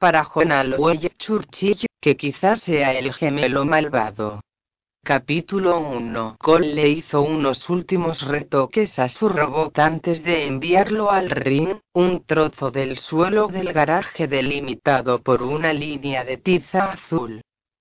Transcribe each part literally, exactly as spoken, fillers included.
para Jonah Churchill, que quizás sea el gemelo malvado. Capítulo uno. Cole le hizo unos últimos retoques a su robot antes de enviarlo al ring, un trozo del suelo del garaje delimitado por una línea de tiza azul.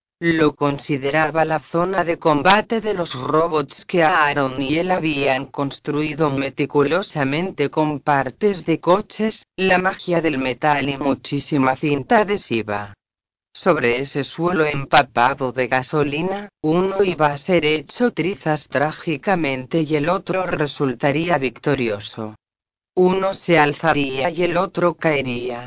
Lo consideraba la zona de combate de los robots que Aaron y él habían construido meticulosamente con partes de coches, la magia del metal y muchísima cinta adhesiva. Sobre ese suelo empapado de gasolina, uno iba a ser hecho trizas trágicamente y el otro resultaría victorioso. Uno se alzaría y el otro caería.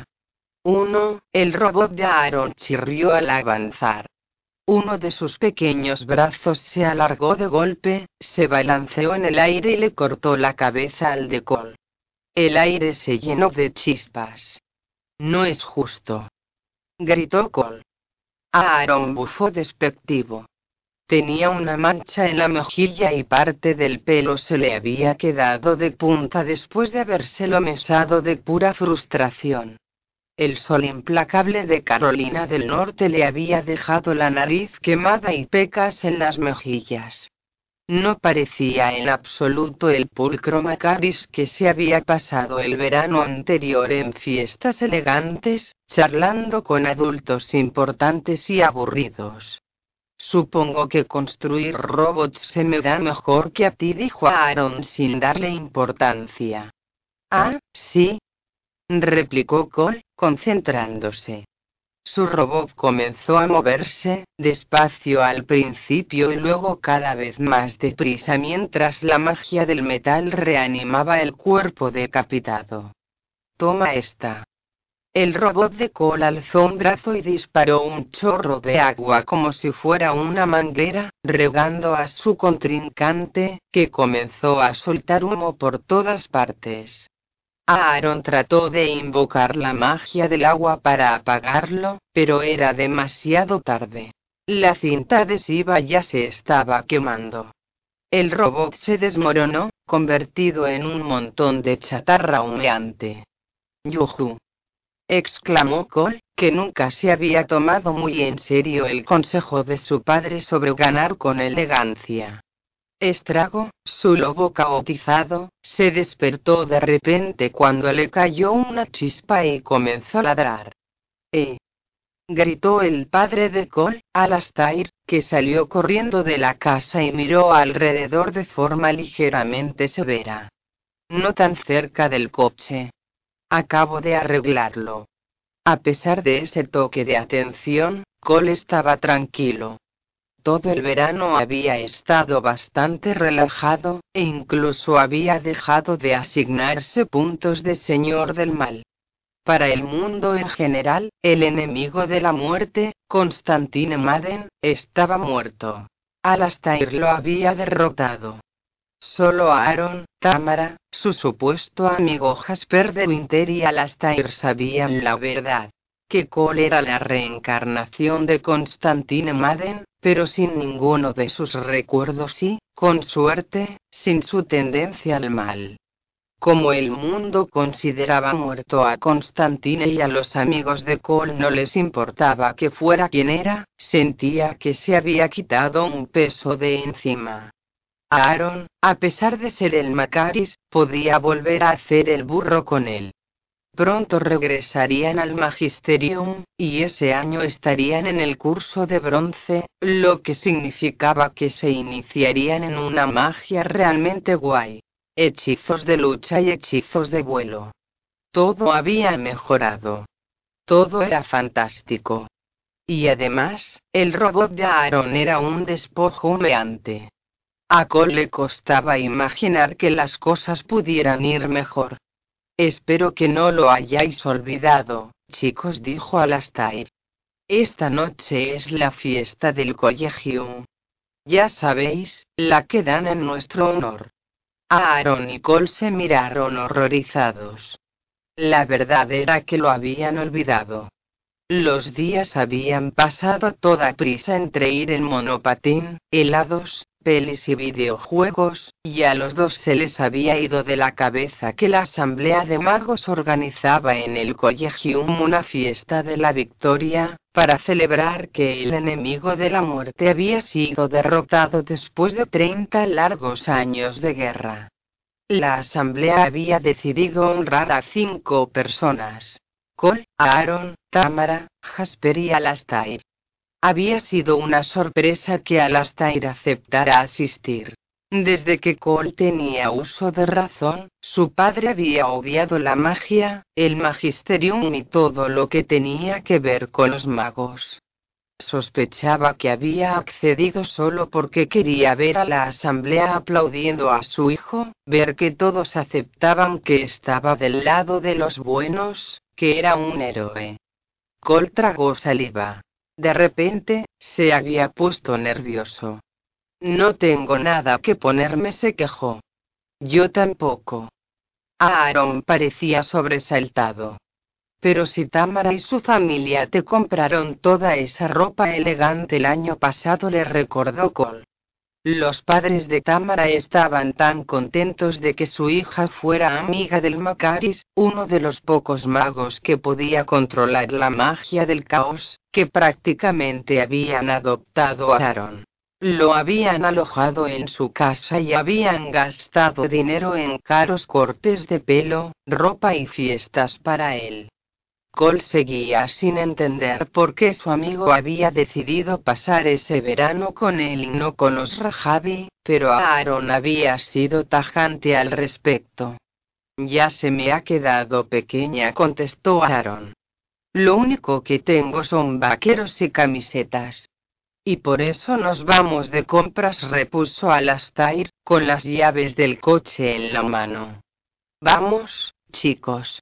Uno, el robot de Aaron chirrió al avanzar. Uno de sus pequeños brazos se alargó de golpe, se balanceó en el aire y le cortó la cabeza al de Cole. El aire se llenó de chispas. No es justo, gritó Cole. Aaron bufó despectivo. Tenía una mancha en la mejilla y parte del pelo se le había quedado de punta después de habérselo mesado de pura frustración. El sol implacable de Carolina del Norte le había dejado la nariz quemada y pecas en las mejillas. No parecía en absoluto el pulcro Macaris que se había pasado el verano anterior en fiestas elegantes, charlando con adultos importantes y aburridos. Supongo que construir robots se me da mejor que a ti, dijo Aaron sin darle importancia. Ah, sí, replicó Cole, concentrándose. Su robot comenzó a moverse, despacio al principio y luego cada vez más deprisa mientras la magia del metal reanimaba el cuerpo decapitado. Toma esta. El robot de Cole alzó un brazo y disparó un chorro de agua como si fuera una manguera, regando a su contrincante, que comenzó a soltar humo por todas partes. Aaron trató de invocar la magia del agua para apagarlo, pero era demasiado tarde. La cinta adhesiva ya se estaba quemando. El robot se desmoronó, convertido en un montón de chatarra humeante. ¡Yujú!, exclamó Cole, que nunca se había tomado muy en serio el consejo de su padre sobre ganar con elegancia. Estrago, su lobo caotizado, se despertó de repente cuando le cayó una chispa y comenzó a ladrar. ¡Eh! Gritó el padre de Cole, Alastair, que salió corriendo de la casa y miró alrededor de forma ligeramente severa. No tan cerca del coche. Acabo de arreglarlo. A pesar de ese toque de atención, Cole estaba tranquilo. Todo el verano había estado bastante relajado, e incluso había dejado de asignarse puntos de señor del mal. Para el mundo en general, el enemigo de la muerte, Constantine Madden, estaba muerto. Alastair lo había derrotado. Solo Aaron, Tamara, su supuesto amigo Jasper de Winter y Alastair sabían la verdad. Que Cole era la reencarnación de Constantine Madden, pero sin ninguno de sus recuerdos y, con suerte, sin su tendencia al mal. Como el mundo consideraba muerto a Constantine y a los amigos de Cole no les importaba que fuera quien era, sentía que se había quitado un peso de encima. Aaron, a pesar de ser el Macaris, podía volver a hacer el burro con él. Pronto regresarían al Magisterium, y ese año estarían en el curso de bronce, lo que significaba que se iniciarían en una magia realmente guay. Hechizos de lucha y hechizos de vuelo. Todo había mejorado. Todo era fantástico. Y además, el robot de Aaron era un despojo humeante. A Cole le costaba imaginar que las cosas pudieran ir mejor. Espero que no lo hayáis olvidado, chicos, dijo Alastair. Esta noche es la fiesta del colegio. Ya sabéis, la que dan en nuestro honor. Aaron y Cole se miraron horrorizados. La verdad era que lo habían olvidado. Los días habían pasado a toda prisa entre ir en monopatín, helados, pelis y videojuegos, Y a los dos se les había ido de la cabeza que la asamblea de magos organizaba en el Collegium una fiesta de la victoria, para celebrar que el enemigo de la muerte había sido derrotado después de treinta largos años de guerra. La asamblea había decidido honrar a cinco personas: Cole, Aaron, Tamara, Jasper y Alastair. Había sido una sorpresa que Alastair aceptara asistir. Desde que Cole tenía uso de razón, su padre había odiado la magia, el magisterium y todo lo que tenía que ver con los magos. Sospechaba que había accedido solo porque quería ver a la asamblea aplaudiendo a su hijo, ver que todos aceptaban que estaba del lado de los buenos, que era un héroe. Cole tragó saliva. De repente, se había puesto nervioso. No tengo nada que ponerme, se quejó. Yo tampoco. Aaron parecía sobresaltado. Pero si Tamara y su familia te compraron toda esa ropa elegante el año pasado, le recordó Cole. Los padres de Tamara estaban tan contentos de que su hija fuera amiga del Macaris, uno de los pocos magos que podía controlar la magia del caos, que prácticamente habían adoptado a Aaron. Lo habían alojado en su casa y habían gastado dinero en caros cortes de pelo, ropa y fiestas para él. Cole seguía sin entender por qué su amigo había decidido pasar ese verano con él y no con los Rajavi, pero Aaron había sido tajante al respecto. Ya se me ha quedado pequeña, contestó Aaron. Lo único que tengo son vaqueros y camisetas. Y por eso nos vamos de compras, repuso Alastair, con las llaves del coche en la mano. Vamos, chicos.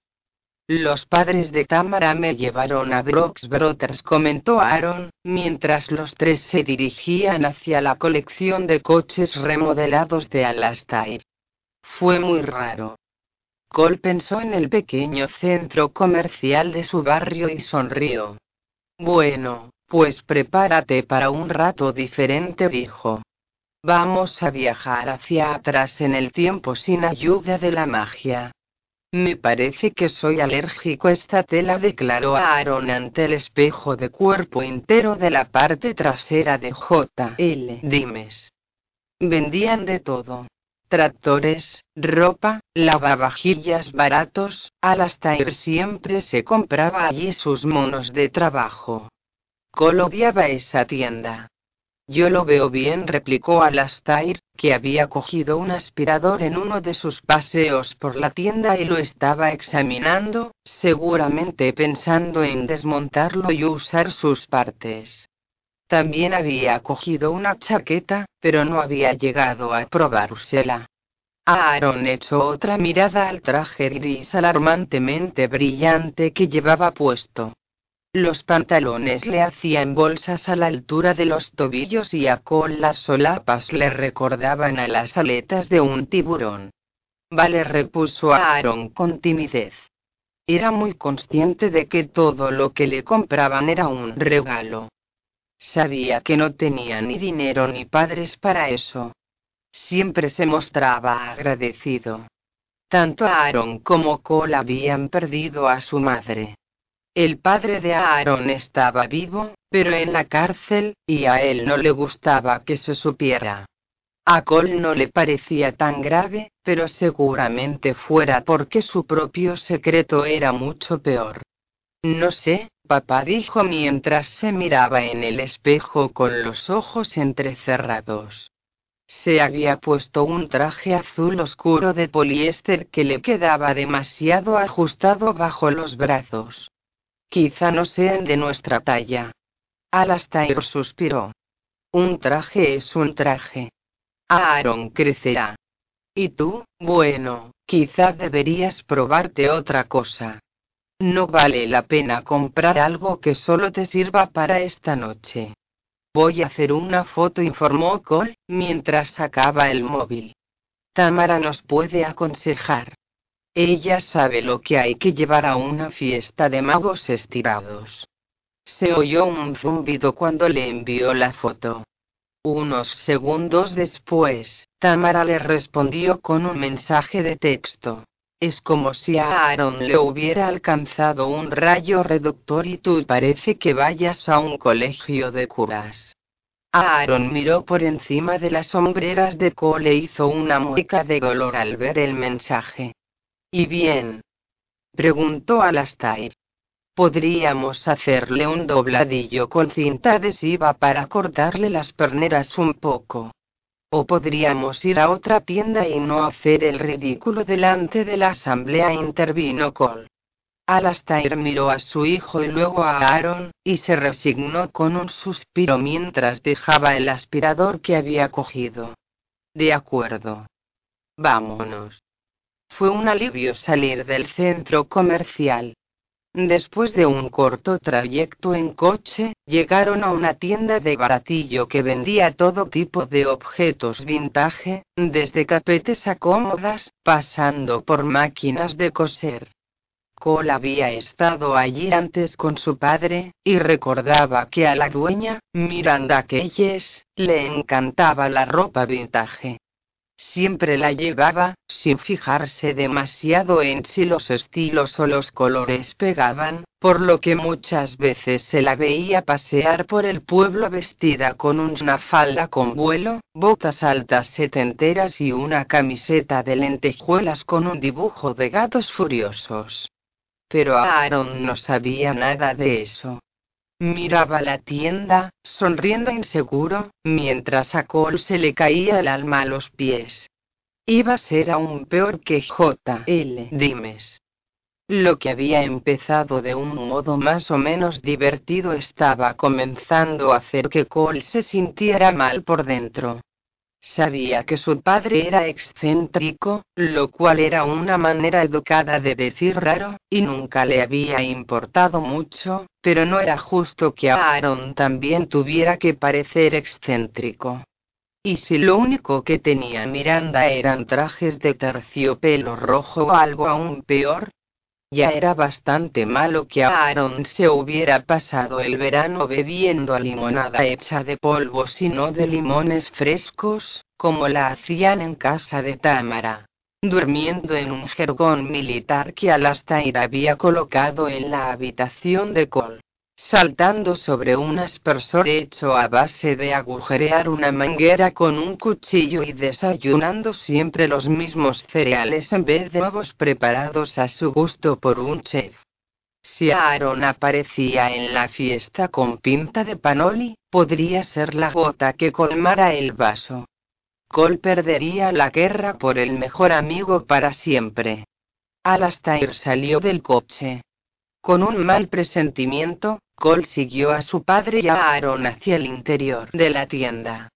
Los padres de Tamara me llevaron a Brooks Brothers, comentó Aaron, mientras los tres se dirigían hacia la colección de coches remodelados de Alastair. Fue muy raro. Cole pensó en el pequeño centro comercial de su barrio y sonrió. Bueno, pues prepárate para un rato diferente, dijo. Vamos a viajar hacia atrás en el tiempo sin ayuda de la magia. Me parece que soy alérgico a esta tela, declaró Aaron ante el espejo de cuerpo entero de la parte trasera de J L Dimes. Vendían de todo. Tractores, ropa, lavavajillas baratos. Alastair siempre se compraba allí sus monos de trabajo. Cole odiaba esa tienda. Yo lo veo bien, replicó Alastair, que había cogido un aspirador en uno de sus paseos por la tienda y lo estaba examinando, seguramente pensando en desmontarlo y usar sus partes. También había cogido una chaqueta, pero no había llegado a probársela. Aaron echó otra mirada al traje gris alarmantemente brillante que llevaba puesto. Los pantalones le hacían bolsas a la altura de los tobillos y a Cole las solapas le recordaban a las aletas de un tiburón. Vale, repuso Aaron con timidez. Era muy consciente de que todo lo que le compraban era un regalo. Sabía que no tenía ni dinero ni padres para eso. Siempre se mostraba agradecido. Tanto Aaron como Cole habían perdido a su madre. El padre de Aaron estaba vivo, pero en la cárcel, y a él no le gustaba que se supiera. A Cole no le parecía tan grave, pero seguramente fuera porque su propio secreto era mucho peor. No sé, papá, dijo mientras se miraba en el espejo con los ojos entrecerrados. Se había puesto un traje azul oscuro de poliéster que le quedaba demasiado ajustado bajo los brazos. Quizá no sean de nuestra talla. Alastair suspiró. Un traje es un traje. Aaron crecerá. Y tú, bueno, quizá deberías probarte otra cosa. No vale la pena comprar algo que solo te sirva para esta noche. Voy a hacer una foto, informó Cole, mientras sacaba el móvil. Tamara nos puede aconsejar. Ella sabe lo que hay que llevar a una fiesta de magos estirados. Se oyó un zumbido cuando le envió la foto. Unos segundos después, Tamara le respondió con un mensaje de texto. Es como si a Aaron le hubiera alcanzado un rayo reductor y tú parece que vayas a un colegio de curas. Aaron miró por encima de las hombreras de Cole e hizo una mueca de dolor al ver el mensaje. ¿Y bien?, preguntó Alastair. Podríamos hacerle un dobladillo con cinta adhesiva para cortarle las perneras un poco. O podríamos ir a otra tienda y no hacer el ridículo delante de la asamblea, intervino Cole. Alastair miró a su hijo y luego a Aaron, y se resignó con un suspiro mientras dejaba el aspirador que había cogido. De acuerdo. Vámonos. Fue un alivio salir del centro comercial. Después de un corto trayecto en coche, llegaron a una tienda de baratillo que vendía todo tipo de objetos vintage, desde capetes a cómodas, pasando por máquinas de coser. Cole había estado allí antes con su padre, y recordaba que a la dueña, Miranda Keyes, le encantaba la ropa vintage. Siempre la llevaba, sin fijarse demasiado en si los estilos o los colores pegaban, por lo que muchas veces se la veía pasear por el pueblo vestida con una falda con vuelo, botas altas setenteras y una camiseta de lentejuelas con un dibujo de gatos furiosos. Pero Aaron no sabía nada de eso. Miraba la tienda, sonriendo inseguro, mientras a Cole se le caía el alma a los pies. Iba a ser aún peor que J L Dimes. Lo que había empezado de un modo más o menos divertido estaba comenzando a hacer que Cole se sintiera mal por dentro. Sabía que su padre era excéntrico, lo cual era una manera educada de decir raro, y nunca le había importado mucho, pero no era justo que Aaron también tuviera que parecer excéntrico. ¿Y si lo único que tenía Miranda eran trajes de terciopelo rojo o algo aún peor? Ya era bastante malo que Aaron se hubiera pasado el verano bebiendo limonada hecha de polvos y no de limones frescos, como la hacían en casa de Tamara. Durmiendo en un jergón militar que Alastair había colocado en la habitación de Cole. Saltando sobre un aspersor hecho a base de agujerear una manguera con un cuchillo y desayunando siempre los mismos cereales en vez de nuevos preparados a su gusto por un chef. Si Aaron aparecía en la fiesta con pinta de panoli, podría ser la gota que colmara el vaso. Cole perdería la guerra por el mejor amigo para siempre. Alastair salió del coche. Con un mal presentimiento, Cole siguió a su padre y a Aaron hacia el interior de la tienda.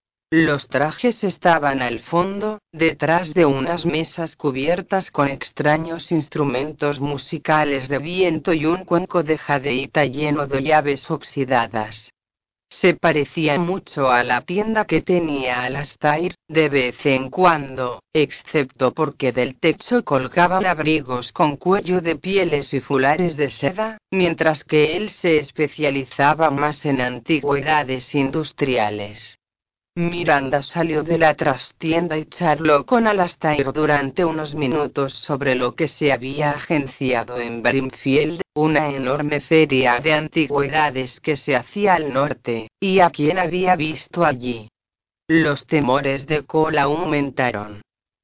Los trajes estaban al fondo, detrás de unas mesas cubiertas con extraños instrumentos musicales de viento y un cuenco de jadeíta lleno de llaves oxidadas. Se parecía mucho a la tienda que tenía Alastair, de vez en cuando, excepto porque del techo colgaban abrigos con cuello de pieles y fulares de seda, mientras que él se especializaba más en antigüedades industriales. Miranda salió de la trastienda y charló con Alastair durante unos minutos sobre lo que se había agenciado en Brimfield, una enorme feria de antigüedades que se hacía al norte, y a quién había visto allí. Los temores de Cole aumentaron.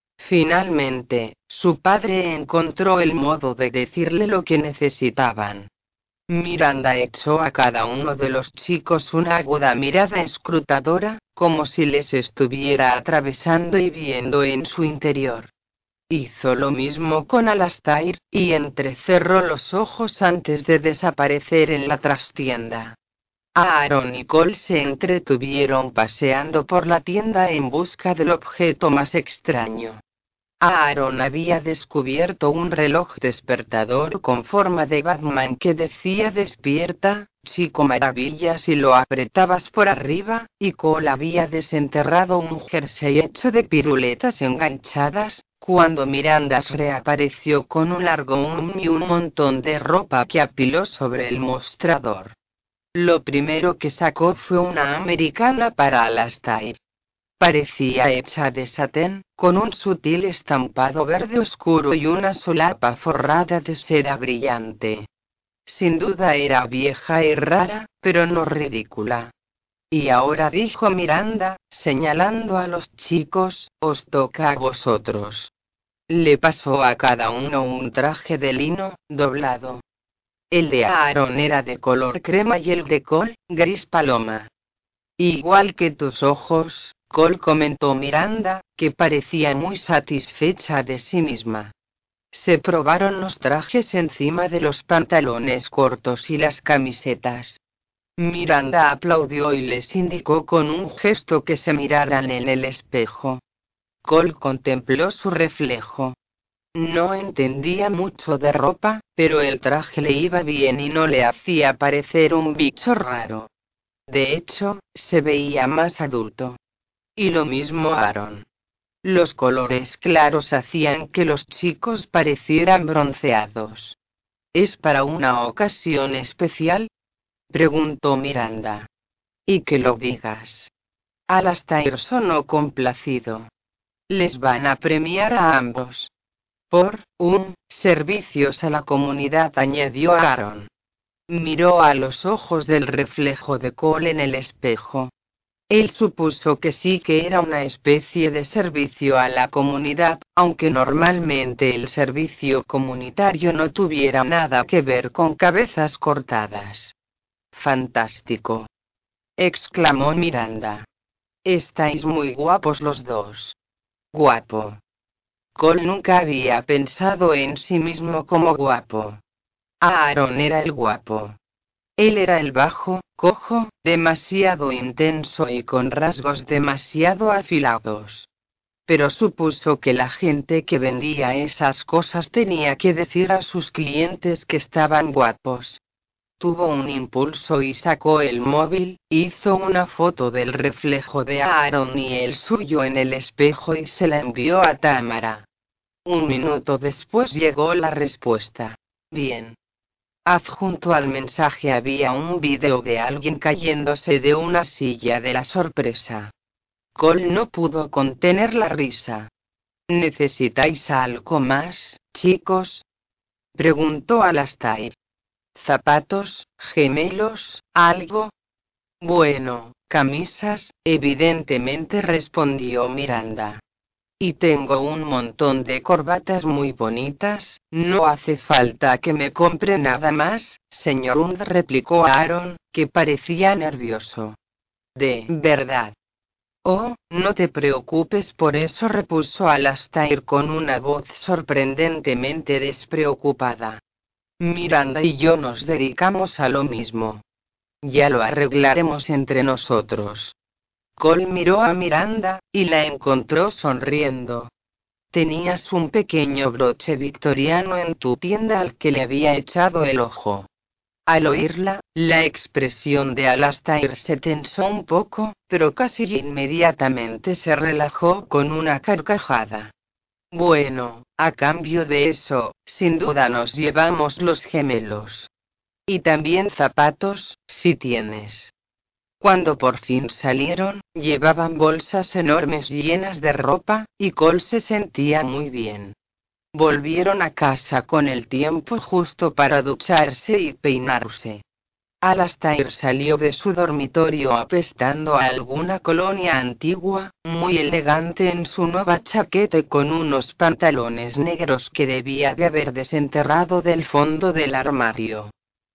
Finalmente, su padre encontró el modo de decirle lo que necesitaban. Miranda echó a cada uno de los chicos una aguda mirada escrutadora, como si les estuviera atravesando y viendo en su interior. Hizo lo mismo con Alastair, y entrecerró los ojos antes de desaparecer en la trastienda. Aaron y Cole se entretuvieron paseando por la tienda en busca del objeto más extraño. Aaron había descubierto un reloj despertador con forma de Batman que decía despierta, chico maravilla si lo apretabas por arriba, y Cole había desenterrado un jersey hecho de piruletas enganchadas, cuando Miranda reapareció con un largo um y un montón de ropa que apiló sobre el mostrador. Lo primero que sacó fue una americana para Alastair. Parecía hecha de satén, con un sutil estampado verde oscuro y una solapa forrada de seda brillante. Sin duda era vieja y rara, pero no ridícula. Y ahora, dijo Miranda, señalando a los chicos, os toca a vosotros. Le pasó a cada uno un traje de lino, doblado. El de Aaron era de color crema y el de Cole, gris paloma. Igual que tus ojos, Cole, comentó Miranda, que parecía muy satisfecha de sí misma. Se probaron los trajes encima de los pantalones cortos y las camisetas. Miranda aplaudió y les indicó con un gesto que se miraran en el espejo. Cole contempló su reflejo. No entendía mucho de ropa, pero el traje le iba bien y no le hacía parecer un bicho raro. De hecho, se veía más adulto. Y lo mismo Aaron. Los colores claros hacían que los chicos parecieran bronceados. ¿Es para una ocasión especial?, preguntó Miranda. Y que lo digas. Alastair sonó complacido. Les van a premiar a ambos. Por un servicios a la comunidad, añadió Aaron. Miró a los ojos del reflejo de Cole en el espejo. Él supuso que sí que era una especie de servicio a la comunidad, aunque normalmente el servicio comunitario no tuviera nada que ver con cabezas cortadas. Fantástico, exclamó Miranda. Estáis muy guapos los dos. Guapo. Cole nunca había pensado en sí mismo como guapo. Aaron era el guapo. Él era el bajo, cojo, demasiado intenso y con rasgos demasiado afilados. Pero supuso que la gente que vendía esas cosas tenía que decir a sus clientes que estaban guapos. Tuvo un impulso y sacó el móvil, hizo una foto del reflejo de Aaron y el suyo en el espejo y se la envió a Tamara. Un minuto después llegó la respuesta. Bien. Adjunto al mensaje había un vídeo de alguien cayéndose de una silla de la sorpresa. Cole no pudo contener la risa. ¿Necesitáis algo más, chicos?, preguntó Alastair. ¿Zapatos, gemelos, algo? Bueno, camisas, evidentemente, respondió Miranda. Y tengo un montón de corbatas muy bonitas. No hace falta que me compre nada más, señor Und, replicó Aaron, que parecía nervioso. ¿De verdad? Oh, no te preocupes por eso, repuso Alastair con una voz sorprendentemente despreocupada. Miranda y yo nos dedicamos a lo mismo. Ya lo arreglaremos entre nosotros. Cole miró a Miranda, y la encontró sonriendo. Tenías un pequeño broche victoriano en tu tienda al que le había echado el ojo. Al oírla, la expresión de Alastair se tensó un poco, pero casi inmediatamente se relajó con una carcajada. Bueno, a cambio de eso, sin duda nos llevamos los gemelos. Y también zapatos, si tienes. Cuando por fin salieron, llevaban bolsas enormes llenas de ropa, y Cole se sentía muy bien. Volvieron a casa con el tiempo justo para ducharse y peinarse. Alastair salió de su dormitorio apestando a alguna colonia antigua, muy elegante en su nueva chaqueta y con unos pantalones negros que debía de haber desenterrado del fondo del armario.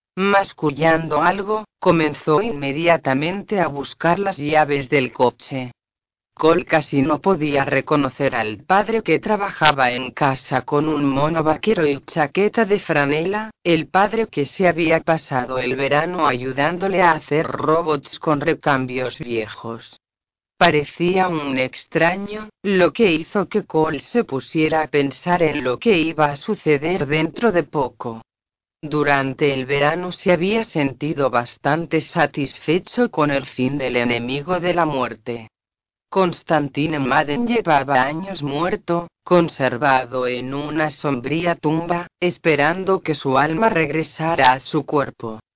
Mascullando algo, comenzó inmediatamente a buscar las llaves del coche. Cole casi no podía reconocer al padre que trabajaba en casa con un mono vaquero y chaqueta de franela, el padre que se había pasado el verano ayudándole a hacer robots con recambios viejos. Parecía un extraño, lo que hizo que Cole se pusiera a pensar en lo que iba a suceder dentro de poco. Durante el verano se había sentido bastante satisfecho con el fin del enemigo de la muerte. Constantine Madden llevaba años muerto, conservado en una sombría tumba, esperando que su alma regresara a su cuerpo.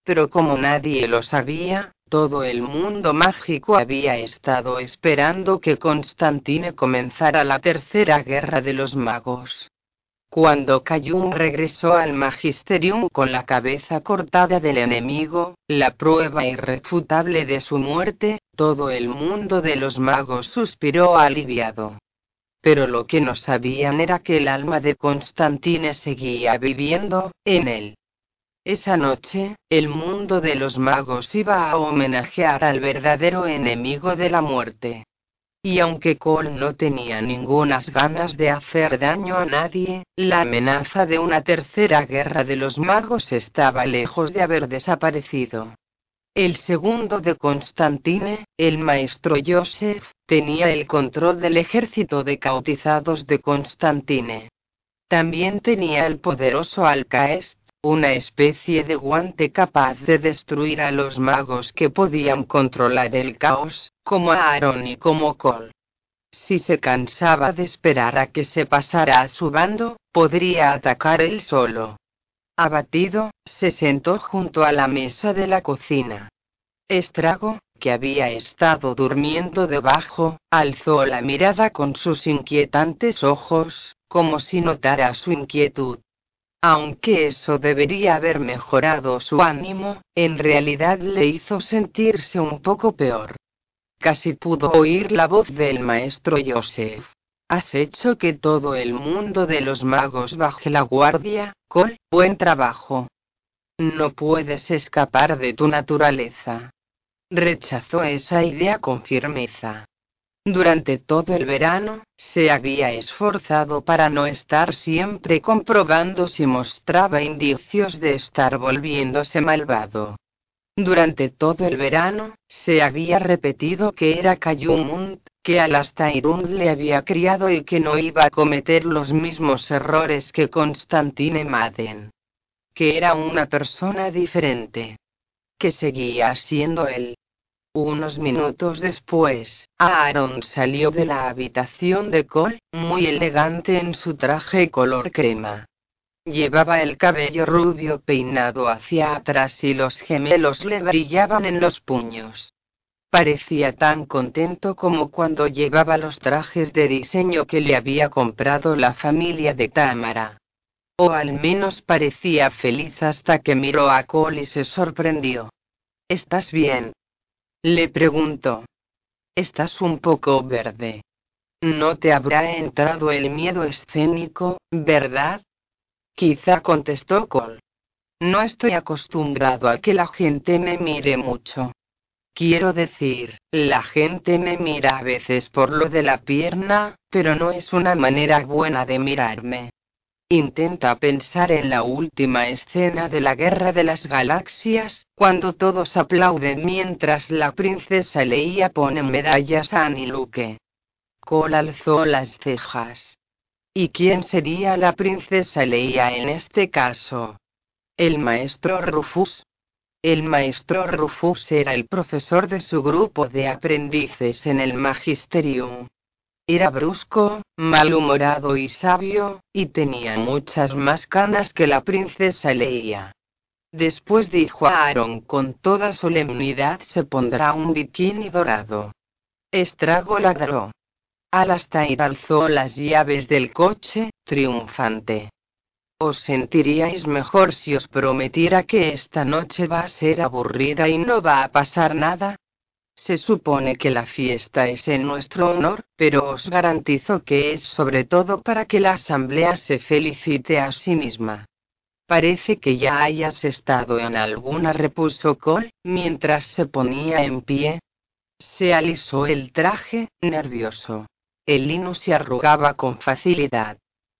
Pero como nadie lo sabía, todo el mundo mágico había estado esperando que Constantine comenzara la tercera guerra de los magos. Cuando Cayum regresó al Magisterium con la cabeza cortada del enemigo, la prueba irrefutable de su muerte, todo el mundo de los magos suspiró aliviado. Pero lo que no sabían era que el alma de Constantine seguía viviendo en él. Esa noche, el mundo de los magos iba a homenajear al verdadero enemigo de la muerte. Y aunque Cole no tenía ningunas ganas de hacer daño a nadie, la amenaza de una tercera guerra de los magos estaba lejos de haber desaparecido. El segundo de Constantine, el maestro Joseph, tenía el control del ejército de cautizados de Constantine. También tenía el poderoso Alcaest, una especie de guante capaz de destruir a los magos que podían controlar el caos, como Aaron y como Cole. Si se cansaba de esperar a que se pasara a su bando, podría atacar él solo. Abatido, se sentó junto a la mesa de la cocina. Estrago, que había estado durmiendo debajo, alzó la mirada con sus inquietantes ojos, como si notara su inquietud. Aunque eso debería haber mejorado su ánimo, en realidad le hizo sentirse un poco peor. Casi pudo oír la voz del maestro Joseph. Has hecho que todo el mundo de los magos baje la guardia, Cole, buen trabajo. No puedes escapar de tu naturaleza. Rechazó esa idea con firmeza. Durante todo el verano, se había esforzado para no estar siempre comprobando si mostraba indicios de estar volviéndose malvado. Durante todo el verano, se había repetido que era Cayumund, que Alastairun le había criado y que no iba a cometer los mismos errores que Constantine Madden. Que era una persona diferente. Que seguía siendo él. Unos minutos después, Aaron salió de la habitación de Cole, muy elegante en su traje color crema. Llevaba el cabello rubio peinado hacia atrás y los gemelos le brillaban en los puños. Parecía tan contento como cuando llevaba los trajes de diseño que le había comprado la familia de Tamara. O al menos parecía feliz hasta que miró a Cole y se sorprendió. ¿Estás bien?, le preguntó. Estás un poco verde. No te habrá entrado el miedo escénico, ¿verdad? Quizá, contestó Cole. No estoy acostumbrado a que la gente me mire mucho. Quiero decir, la gente me mira a veces por lo de la pierna, pero no es una manera buena de mirarme. Intenta pensar en la última escena de la Guerra de las Galaxias, cuando todos aplauden mientras la princesa Leia pone medallas a Annie Luke. Cole alzó las cejas. ¿Y quién sería la princesa Leia en este caso? ¿El maestro Rufus? El maestro Rufus era el profesor de su grupo de aprendices en el Magisterium. Era brusco, malhumorado y sabio, y tenía muchas más canas que la princesa Leia. Después dijo a Aaron con toda solemnidad: se pondrá un bikini dorado. Estrago ladró. Alastair alzó las llaves del coche, triunfante. ¿Os sentiríais mejor si os prometiera que esta noche va a ser aburrida y no va a pasar nada? Se supone que la fiesta es en nuestro honor, pero os garantizo que es sobre todo para que la asamblea se felicite a sí misma. Parece que ya hayas estado en alguna, repuso Cole, mientras se ponía en pie. Se alisó el traje, nervioso. El lino se arrugaba con facilidad.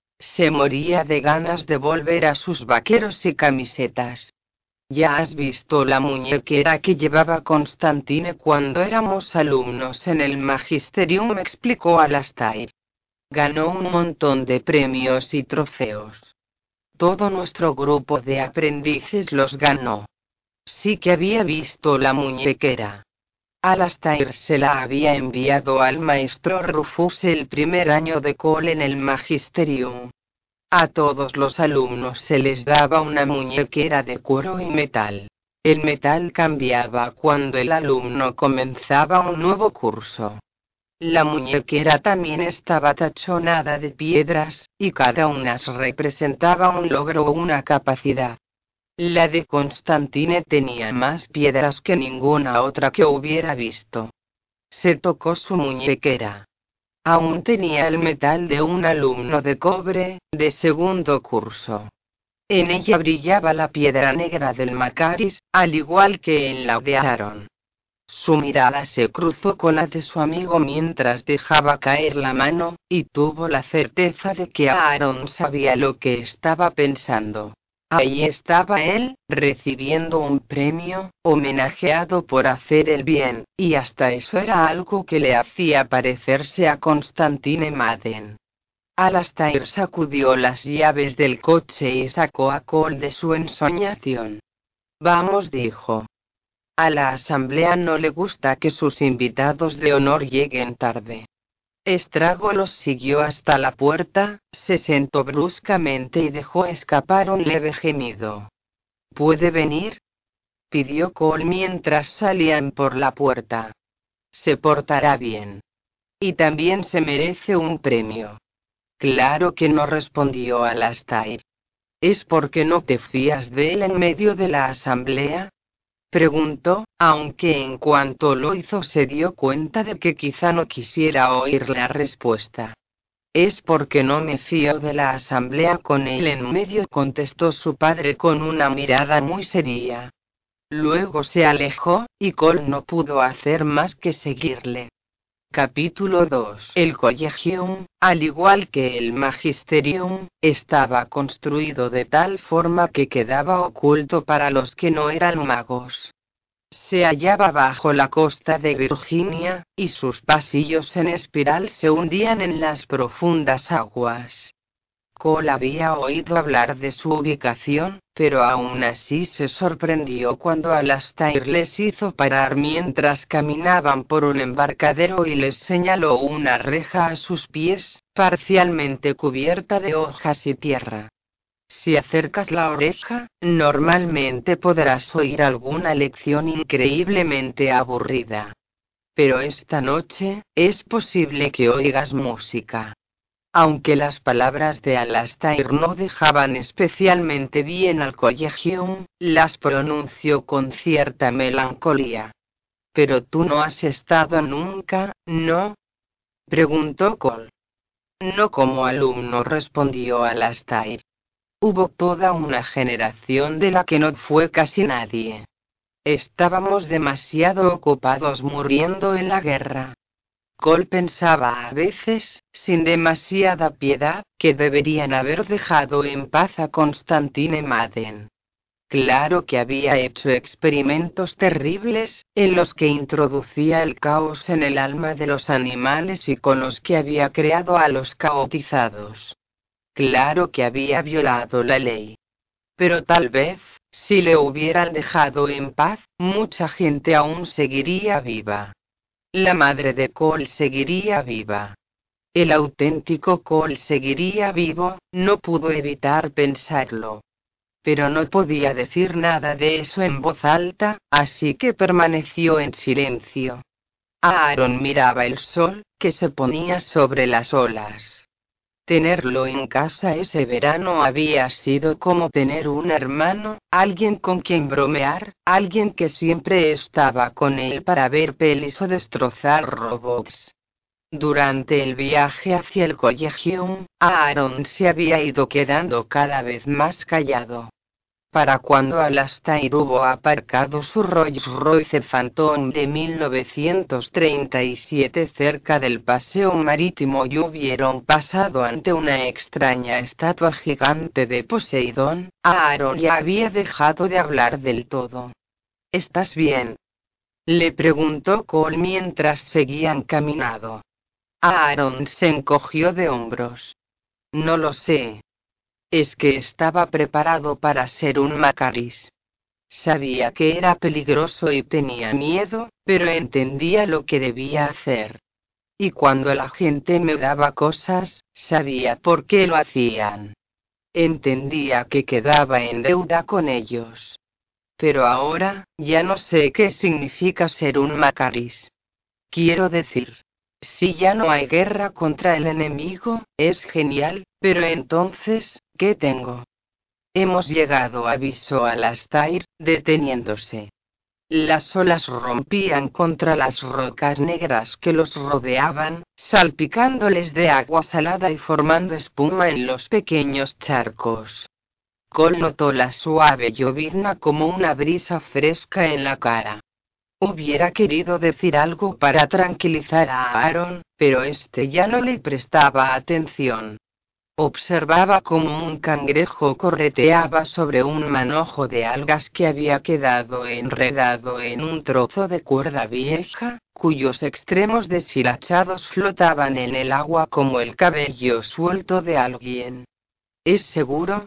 Se moría de ganas de volver a sus vaqueros y camisetas. ¿Ya has visto la muñequera que llevaba Constantine cuando éramos alumnos en el Magisterium?, explicó Alastair. Ganó un montón de premios y trofeos. Todo nuestro grupo de aprendices los ganó. Sí que había visto la muñequera. Alastair se la había enviado al maestro Rufus el primer año de Cole en el Magisterium. A todos los alumnos se les daba una muñequera de cuero y metal. El metal cambiaba cuando el alumno comenzaba un nuevo curso. La muñequera también estaba tachonada de piedras, y cada una representaba un logro o una capacidad. La de Constantine tenía más piedras que ninguna otra que hubiera visto. Se tocó su muñequera. Aún tenía el metal de un alumno de cobre, de segundo curso. En ella brillaba la piedra negra del Macaris, al igual que en la de Aaron. Su mirada se cruzó con la de su amigo mientras dejaba caer la mano, y tuvo la certeza de que Aaron sabía lo que estaba pensando. Ahí estaba él, recibiendo un premio, homenajeado por hacer el bien, y hasta eso era algo que le hacía parecerse a Constantine Madden. Alastair sacudió las llaves del coche y sacó a Cole de su ensoñación. Vamos, dijo. A la asamblea no le gusta que sus invitados de honor lleguen tarde. Estrago los siguió hasta la puerta, se sentó bruscamente y dejó escapar un leve gemido. ¿Puede venir?, pidió Cole mientras salían por la puerta. Se portará bien. Y también se merece un premio. Claro que no, respondió Alastair. ¿Es porque no te fías de él en medio de la asamblea?, preguntó, aunque en cuanto lo hizo se dio cuenta de que quizá no quisiera oír la respuesta. Es porque no me fío de la asamblea con él en medio, contestó su padre con una mirada muy seria. Luego se alejó, y Cole no pudo hacer más que seguirle. Capítulo dos. El Collegium, al igual que el Magisterium, estaba construido de tal forma que quedaba oculto para los que no eran magos. Se hallaba bajo la costa de Virginia, y sus pasillos en espiral se hundían en las profundas aguas. Cole había oído hablar de su ubicación, pero aún así se sorprendió cuando Alastair les hizo parar mientras caminaban por un embarcadero y les señaló una reja a sus pies, parcialmente cubierta de hojas y tierra. Si acercas la oreja, normalmente podrás oír alguna lección increíblemente aburrida. Pero esta noche, es posible que oigas música. Aunque las palabras de Alastair no dejaban especialmente bien al Collegium, las pronunció con cierta melancolía. «¿Pero tú no has estado nunca, no?», preguntó Cole. «No como alumno», respondió Alastair. «Hubo toda una generación de la que no fue casi nadie. Estábamos demasiado ocupados muriendo en la guerra». Cole pensaba a veces, sin demasiada piedad, que deberían haber dejado en paz a Constantine Madden. Claro que había hecho experimentos terribles, en los que introducía el caos en el alma de los animales y con los que había creado a los caotizados. Claro que había violado la ley. Pero tal vez, si le hubieran dejado en paz, mucha gente aún seguiría viva. La madre de Cole seguiría viva. El auténtico Cole seguiría vivo, no pudo evitar pensarlo. Pero no podía decir nada de eso en voz alta, así que permaneció en silencio. Aaron miraba el sol, que se ponía sobre las olas. Tenerlo en casa ese verano había sido como tener un hermano, alguien con quien bromear, alguien que siempre estaba con él para ver pelis o destrozar robots. Durante el viaje hacia el Collegium, Aaron se había ido quedando cada vez más callado. Para cuando Alastair hubo aparcado su Rolls Royce Phantom de mil novecientos treinta y siete cerca del paseo marítimo y hubieron pasado ante una extraña estatua gigante de Poseidón, Aaron ya había dejado de hablar del todo. ¿Estás bien?, le preguntó Cole mientras seguían caminando. Aaron se encogió de hombros. No lo sé. Es que estaba preparado para ser un Macaris. Sabía que era peligroso y tenía miedo, pero entendía lo que debía hacer. Y cuando la gente me daba cosas, sabía por qué lo hacían. Entendía que quedaba en deuda con ellos. Pero ahora, ya no sé qué significa ser un Macaris. Quiero decir, si ya no hay guerra contra el enemigo, es genial, pero entonces, ¿qué tengo? Hemos llegado, avisó Alastair, deteniéndose. Las olas rompían contra las rocas negras que los rodeaban, salpicándoles de agua salada y formando espuma en los pequeños charcos. Cole notó la suave llovizna como una brisa fresca en la cara. Hubiera querido decir algo para tranquilizar a Aaron, pero este ya no le prestaba atención. Observaba cómo un cangrejo correteaba sobre un manojo de algas que había quedado enredado en un trozo de cuerda vieja, cuyos extremos deshilachados flotaban en el agua como el cabello suelto de alguien. ¿Es seguro?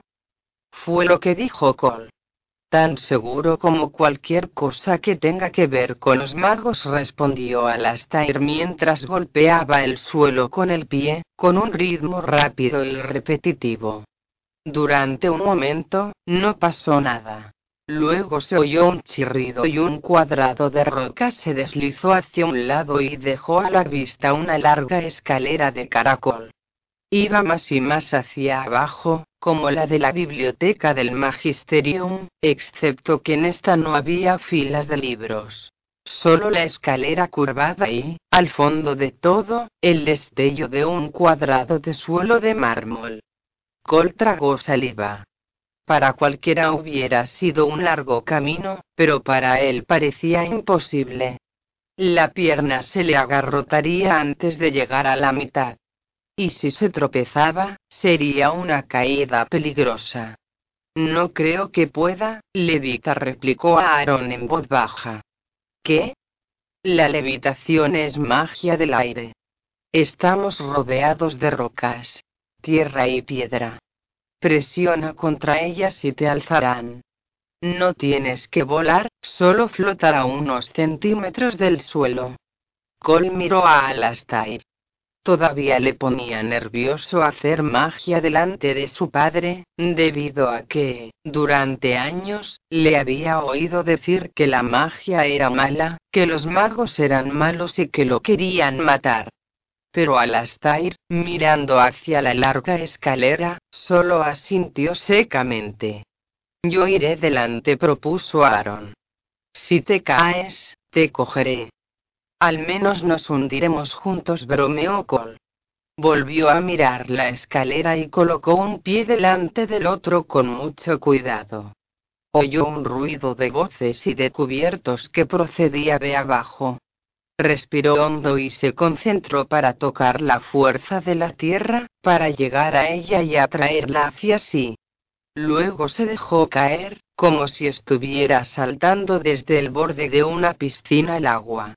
Fue lo que dijo Cole. Tan seguro como cualquier cosa que tenga que ver con los magos, respondió Alastair mientras golpeaba el suelo con el pie, con un ritmo rápido y repetitivo. Durante un momento, no pasó nada. Luego se oyó un chirrido y un cuadrado de roca se deslizó hacia un lado y dejó a la vista una larga escalera de caracol. Iba más y más hacia abajo, como la de la biblioteca del Magisterium, excepto que en esta no había filas de libros. Solo la escalera curvada y, al fondo de todo, el destello de un cuadrado de suelo de mármol. Cole tragó saliva. Para cualquiera hubiera sido un largo camino, pero para él parecía imposible. La pierna se le agarrotaría antes de llegar a la mitad. Y si se tropezaba, sería una caída peligrosa. No creo que pueda, levita, replicó Aaron en voz baja. ¿Qué? La levitación es magia del aire. Estamos rodeados de rocas, tierra y piedra. Presiona contra ellas y te alzarán. No tienes que volar, solo flotar a unos centímetros del suelo. Cole miró a Alastair. Todavía le ponía nervioso hacer magia delante de su padre, debido a que, durante años, le había oído decir que la magia era mala, que los magos eran malos y que lo querían matar. Pero Alastair, mirando hacia la larga escalera, solo asintió secamente. Yo iré delante, propuso Aaron. Si te caes, te cogeré. Al menos nos hundiremos juntos, bromeó Cole. Volvió a mirar la escalera y colocó un pie delante del otro con mucho cuidado. Oyó un ruido de voces y de cubiertos que procedía de abajo. Respiró hondo y se concentró para tocar la fuerza de la tierra, para llegar a ella y atraerla hacia sí. Luego se dejó caer, como si estuviera saltando desde el borde de una piscina al agua.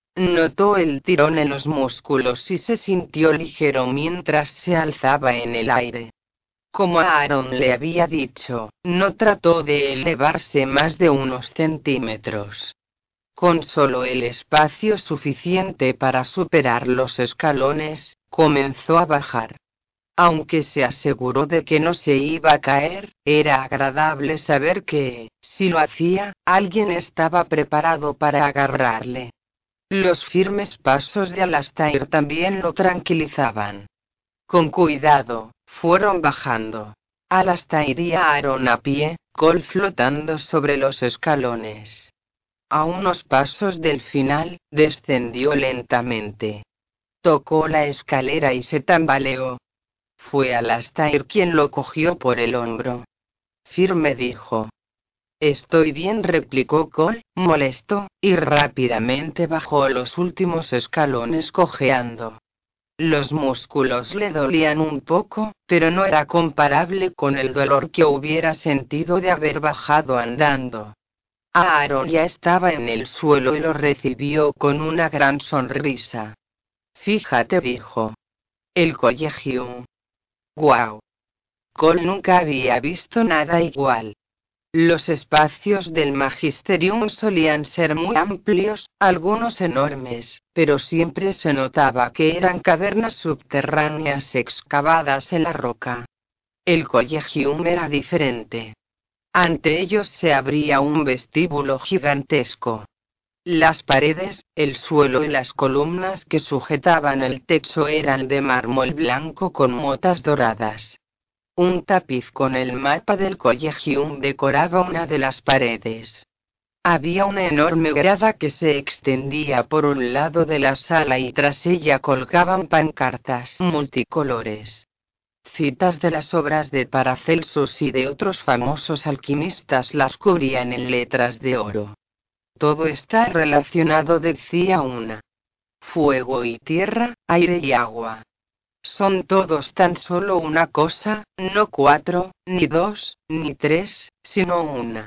Notó el tirón en los músculos y se sintió ligero mientras se alzaba en el aire. Como Aaron le había dicho, no trató de elevarse más de unos centímetros. Con solo el espacio suficiente para superar los escalones, comenzó a bajar. Aunque se aseguró de que no se iba a caer, era agradable saber que, si lo hacía, alguien estaba preparado para agarrarle. Los firmes pasos de Alastair también lo tranquilizaban. Con cuidado, fueron bajando. Alastair y Aaron a pie, Cole flotando sobre los escalones. A unos pasos del final, descendió lentamente. Tocó la escalera y se tambaleó. Fue Alastair quien lo cogió por el hombro. Firme, dijo. Estoy bien, replicó Cole, molesto, y rápidamente bajó los últimos escalones cojeando. Los músculos le dolían un poco, pero no era comparable con el dolor que hubiera sentido de haber bajado andando. Aaron ya estaba en el suelo y lo recibió con una gran sonrisa. Fíjate, dijo. El Collegium. ¡Guau! Cole nunca había visto nada igual. Los espacios del Magisterium solían ser muy amplios, algunos enormes, pero siempre se notaba que eran cavernas subterráneas excavadas en la roca. El Collegium era diferente. Ante ellos se abría un vestíbulo gigantesco. Las paredes, el suelo y las columnas que sujetaban el techo eran de mármol blanco con motas doradas. Un tapiz con el mapa del Collegium decoraba una de las paredes. Había una enorme grada que se extendía por un lado de la sala y tras ella colgaban pancartas multicolores. Citas de las obras de Paracelsus y de otros famosos alquimistas las cubrían en letras de oro. Todo está relacionado, decía una. Fuego y tierra, aire y agua. Son todos tan solo una cosa, no cuatro, ni dos, ni tres, sino una.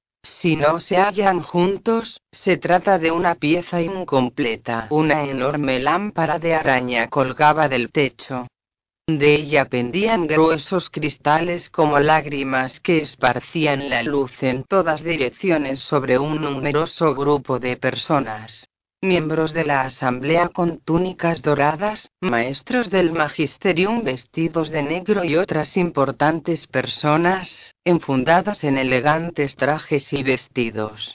Si no se hallan juntos, se trata de una pieza incompleta. Una enorme lámpara de araña colgaba del techo. De ella pendían gruesos cristales como lágrimas que esparcían la luz en todas direcciones sobre un numeroso grupo de personas. Miembros de la asamblea con túnicas doradas, maestros del magisterium vestidos de negro y otras importantes personas, enfundadas en elegantes trajes y vestidos.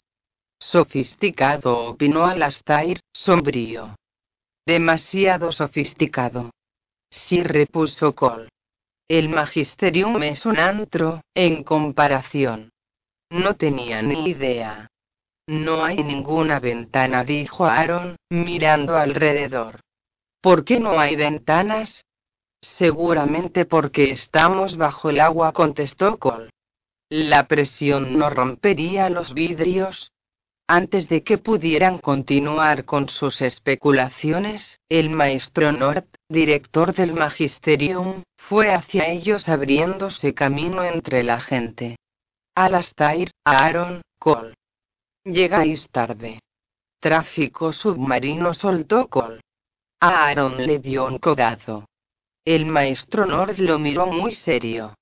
Sofisticado, opinó Alastair, sombrío. Demasiado sofisticado. Sí, repuso Cole. El magisterium es un antro, en comparación. No tenía ni idea. No hay ninguna ventana, dijo Aaron, mirando alrededor. ¿Por qué no hay ventanas? Seguramente porque estamos bajo el agua, contestó Cole. La presión no rompería los vidrios. Antes de que pudieran continuar con sus especulaciones, el maestro North, director del magisterium, fue hacia ellos abriéndose camino entre la gente. Alastair, Aaron, Cole. Llegáis tarde. Tráfico submarino, soltó Cole. A Aaron le dio un codazo. El maestro North lo miró muy serio.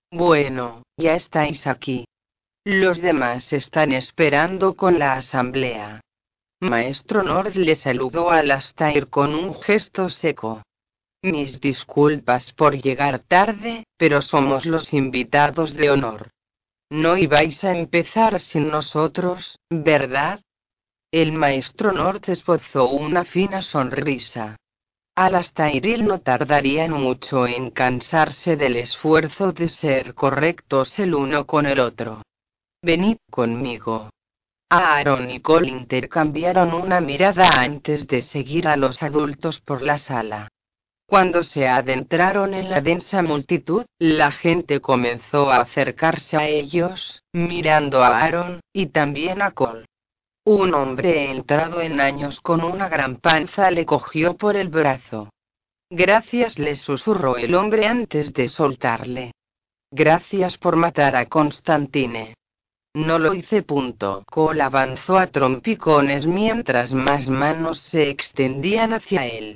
Bueno, ya estáis aquí. Los demás están esperando con la asamblea. Maestro North le saludó a Alastair con un gesto seco. Mis disculpas por llegar tarde, pero somos los invitados de honor. No ibais a empezar sin nosotros, ¿verdad? El maestro North esbozó una fina sonrisa. Alastair no tardarían mucho en cansarse del esfuerzo de ser correctos el uno con el otro. Venid conmigo. Aaron y Cole intercambiaron una mirada antes de seguir a los adultos por la sala. Cuando se adentraron en la densa multitud, la gente comenzó a acercarse a ellos, mirando a Aaron, y también a Cole. Un hombre entrado en años con una gran panza le cogió por el brazo. Gracias, le susurró el hombre antes de soltarle. Gracias por matar a Constantine. No lo hice. Punto. Cole avanzó a trompicones mientras más manos se extendían hacia él.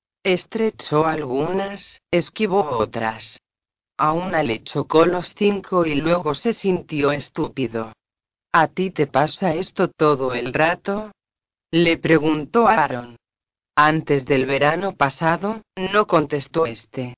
Estrechó algunas, esquivó otras. A una le chocó los cinco y luego se sintió estúpido. ¿A ti te pasa esto todo el rato? Le preguntó Aaron. Antes del verano pasado, no, contestó este.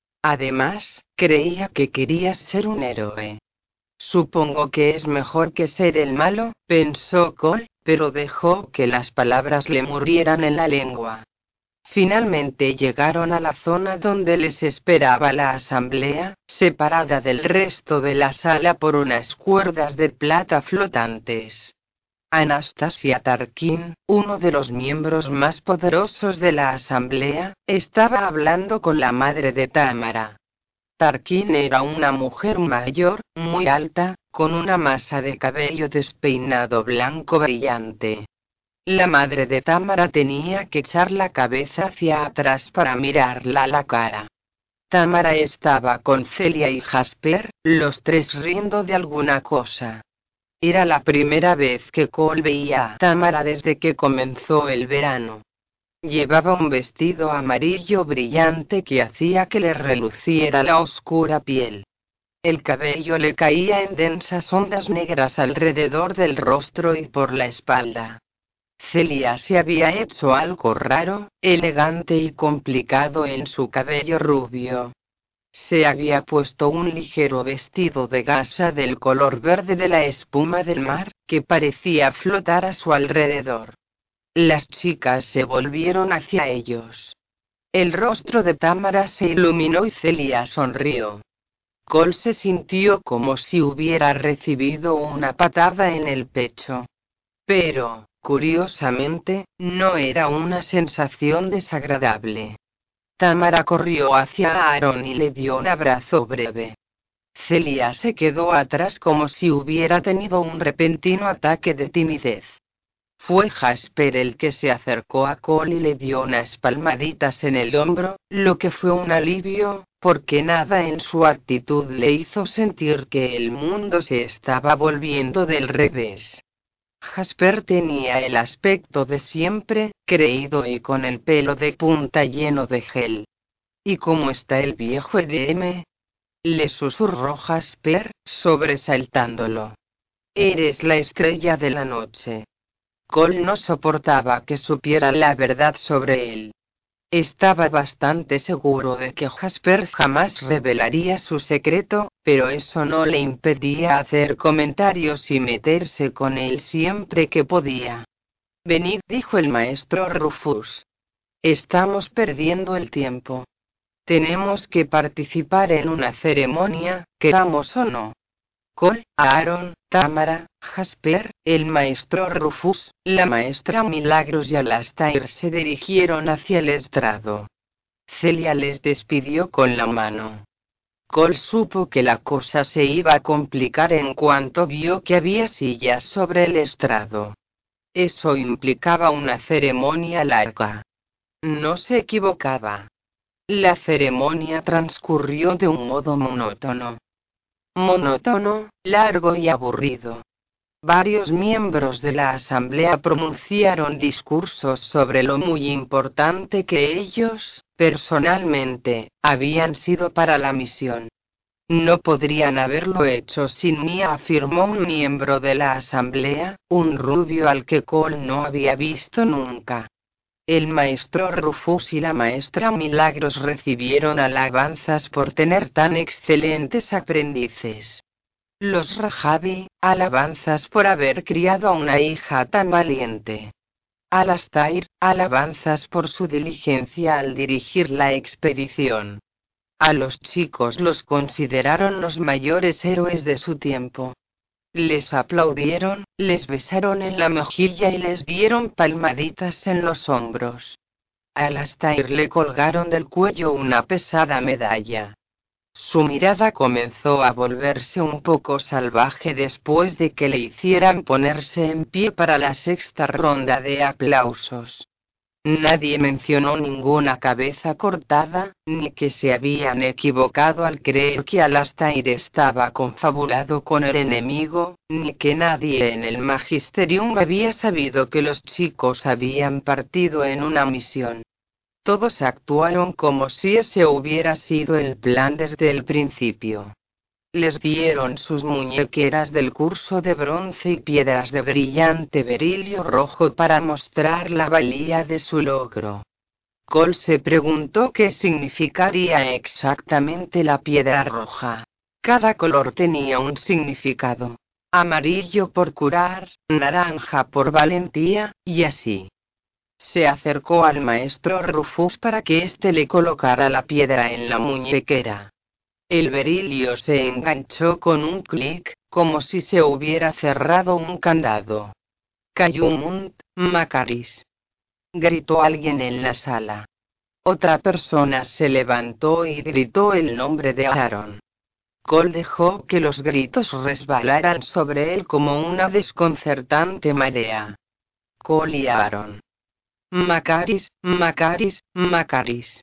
Además, creía que querías ser un héroe. Supongo que es mejor que ser el malo, pensó Cole, pero dejó que las palabras le murieran en la lengua. Finalmente llegaron a la zona donde les esperaba la asamblea, separada del resto de la sala por unas cuerdas de plata flotantes. Anastasia Tarkin, uno de los miembros más poderosos de la asamblea, estaba hablando con la madre de Tamara. Tarkin era una mujer mayor, muy alta, con una masa de cabello despeinado blanco brillante. La madre de Tamara tenía que echar la cabeza hacia atrás para mirarla a la cara. Tamara estaba con Celia y Jasper, los tres riendo de alguna cosa. Era la primera vez que Cole veía a Tamara desde que comenzó el verano. Llevaba un vestido amarillo brillante que hacía que le reluciera la oscura piel. El cabello le caía en densas ondas negras alrededor del rostro y por la espalda. Celia se había hecho algo raro, elegante y complicado en su cabello rubio. Se había puesto un ligero vestido de gasa del color verde de la espuma del mar, que parecía flotar a su alrededor. Las chicas se volvieron hacia ellos. El rostro de Tamara se iluminó y Celia sonrió. Cole se sintió como si hubiera recibido una patada en el pecho. Pero, curiosamente, no era una sensación desagradable. Tamara corrió hacia Aaron y le dio un abrazo breve. Celia se quedó atrás como si hubiera tenido un repentino ataque de timidez. Fue Jasper el que se acercó a Cole y le dio unas palmaditas en el hombro, lo que fue un alivio, porque nada en su actitud le hizo sentir que el mundo se estaba volviendo del revés. Jasper tenía el aspecto de siempre, creído y con el pelo de punta lleno de gel. ¿Y cómo está el viejo Edm? Le susurró Jasper, sobresaltándolo. Eres la estrella de la noche. Cole no soportaba que supiera la verdad sobre él. Estaba bastante seguro de que Jasper jamás revelaría su secreto, pero eso no le impedía hacer comentarios y meterse con él siempre que podía. Venid, dijo el maestro Rufus. Estamos perdiendo el tiempo. Tenemos que participar en una ceremonia, queramos o no. Cole, Aaron, Tamara, Jasper, el maestro Rufus, la maestra Milagros y Alastair se dirigieron hacia el estrado. Celia les despidió con la mano. Cole supo que la cosa se iba a complicar en cuanto vio que había sillas sobre el estrado. Eso implicaba una ceremonia larga. No se equivocaba. La ceremonia transcurrió de un modo monótono. Monótono, largo y aburrido. Varios miembros de la asamblea pronunciaron discursos sobre lo muy importante que ellos, personalmente, habían sido para la misión. No podrían haberlo hecho sin mí, afirmó un miembro de la asamblea, un rubio al que Cole no había visto nunca. El maestro Rufus y la maestra Milagros recibieron alabanzas por tener tan excelentes aprendices. Los Rajavi, alabanzas por haber criado a una hija tan valiente. Alastair, alabanzas por su diligencia al dirigir la expedición. A los chicos los consideraron los mayores héroes de su tiempo. Les aplaudieron, les besaron en la mejilla y les dieron palmaditas en los hombros. A Alastair le colgaron del cuello una pesada medalla. Su mirada comenzó a volverse un poco salvaje después de que le hicieran ponerse en pie para la sexta ronda de aplausos. Nadie mencionó ninguna cabeza cortada, ni que se habían equivocado al creer que Alastair estaba confabulado con el enemigo, ni que nadie en el Magisterium había sabido que los chicos habían partido en una misión. Todos actuaron como si ese hubiera sido el plan desde el principio. Les dieron sus muñequeras del curso de bronce y piedras de brillante berilio rojo para mostrar la valía de su logro. Cole se preguntó qué significaría exactamente la piedra roja. Cada color tenía un significado. Amarillo por curar, naranja por valentía, y así. Se acercó al maestro Rufus para que éste le colocara la piedra en la muñequera. El berilio se enganchó con un clic, como si se hubiera cerrado un candado. Cayumunt, Macaris. Gritó alguien en la sala. Otra persona se levantó y gritó el nombre de Aaron. Cole dejó que los gritos resbalaran sobre él como una desconcertante marea. Cole y Aaron. Macaris, Macaris, Macaris.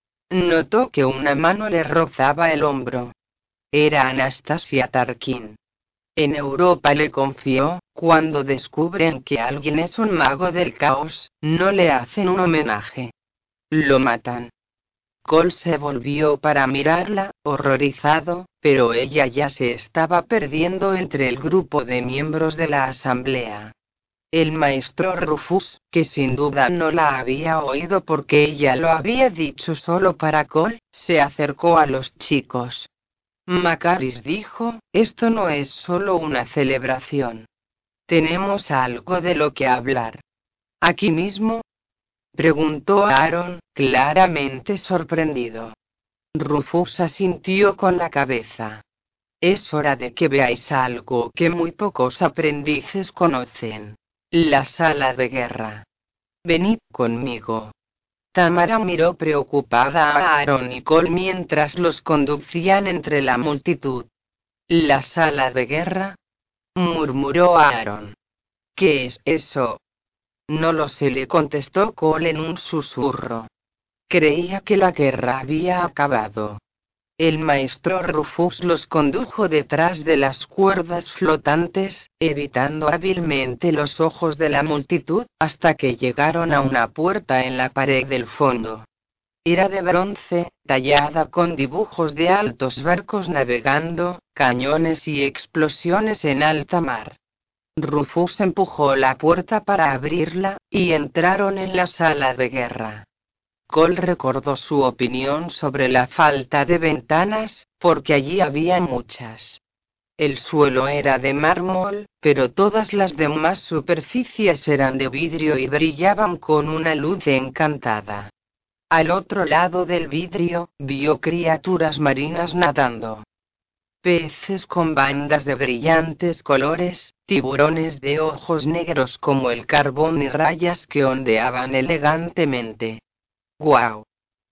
Notó que una mano le rozaba el hombro. Era Anastasia Tarkin. En Europa, le confió, cuando descubren que alguien es un mago del caos, no le hacen un homenaje. Lo matan. Cole se volvió para mirarla, horrorizado, pero ella ya se estaba perdiendo entre el grupo de miembros de la asamblea. El maestro Rufus, que sin duda no la había oído porque ella lo había dicho solo para Cole, se acercó a los chicos. Macaris dijo, esto no es solo una celebración. Tenemos algo de lo que hablar. ¿Aquí mismo?, preguntó Aaron, claramente sorprendido. Rufus asintió con la cabeza. Es hora de que veáis algo que muy pocos aprendices conocen. La sala de guerra. Venid conmigo. Tamara miró preocupada a Aaron y Cole mientras los conducían entre la multitud. ¿La sala de guerra?, murmuró Aaron. ¿Qué es eso? No lo sé, le contestó Cole en un susurro. Creía que la guerra había acabado. El maestro Rufus los condujo detrás de las cuerdas flotantes, evitando hábilmente los ojos de la multitud, hasta que llegaron a una puerta en la pared del fondo. Era de bronce, tallada con dibujos de altos barcos navegando, cañones y explosiones en alta mar. Rufus empujó la puerta para abrirla, y entraron en la sala de guerra. Cole recordó su opinión sobre la falta de ventanas, porque allí había muchas. El suelo era de mármol, pero todas las demás superficies eran de vidrio y brillaban con una luz encantada. Al otro lado del vidrio, vio criaturas marinas nadando. Peces con bandas de brillantes colores, tiburones de ojos negros como el carbón y rayas que ondeaban elegantemente. ¡Guau!,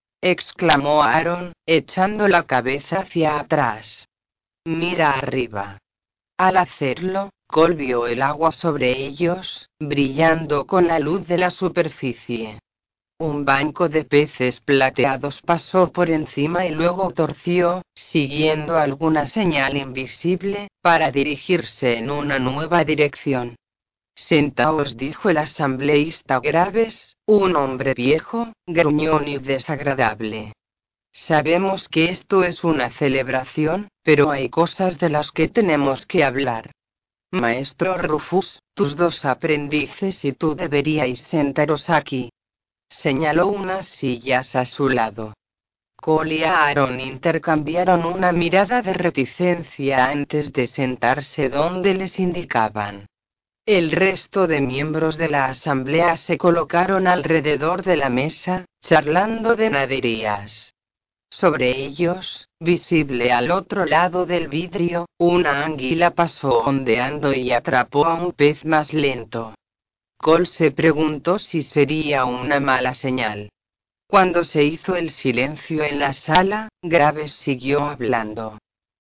exclamó Aaron, echando la cabeza hacia atrás. Mira arriba. Al hacerlo, Cole vio el agua sobre ellos, brillando con la luz de la superficie. Un banco de peces plateados pasó por encima y luego torció, siguiendo alguna señal invisible, para dirigirse en una nueva dirección. Sentaos, dijo el asambleísta Graves, un hombre viejo, gruñón y desagradable. Sabemos que esto es una celebración, pero hay cosas de las que tenemos que hablar. Maestro Rufus, tus dos aprendices y tú deberíais sentaros aquí. Señaló unas sillas a su lado. Cole y Aaron intercambiaron una mirada de reticencia antes de sentarse donde les indicaban. El resto de miembros de la asamblea se colocaron alrededor de la mesa, charlando de naderías. Sobre ellos, visible al otro lado del vidrio, una anguila pasó ondeando y atrapó a un pez más lento. Cole se preguntó si sería una mala señal. Cuando se hizo el silencio en la sala, Graves siguió hablando.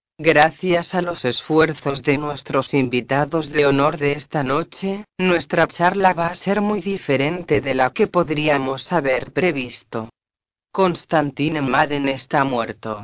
Gracias a los esfuerzos de nuestros invitados de honor de esta noche, nuestra charla va a ser muy diferente de la que podríamos haber previsto. Constantine Madden está muerto.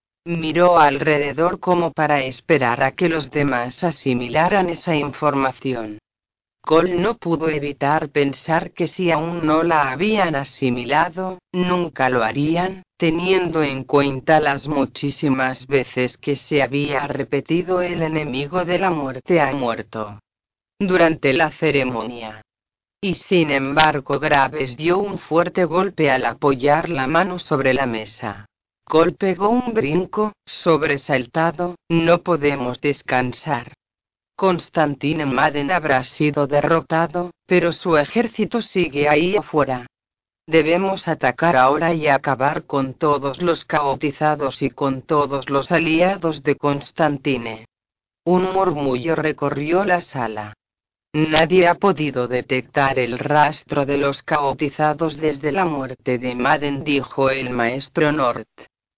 Miró alrededor como para esperar a que los demás asimilaran esa información. Cole no pudo evitar pensar que si aún no la habían asimilado, nunca lo harían, teniendo en cuenta las muchísimas veces que se había repetido el enemigo de la muerte ha muerto durante la ceremonia. Y sin embargo Graves dio un fuerte golpe al apoyar la mano sobre la mesa. Cole pegó un brinco, sobresaltado. No podemos descansar. Constantine Madden habrá sido derrotado, pero su ejército sigue ahí afuera. Debemos atacar ahora y acabar con todos los caotizados y con todos los aliados de Constantine. Un murmullo recorrió la sala. Nadie ha podido detectar el rastro de los caotizados desde la muerte de Madden, dijo el maestro North.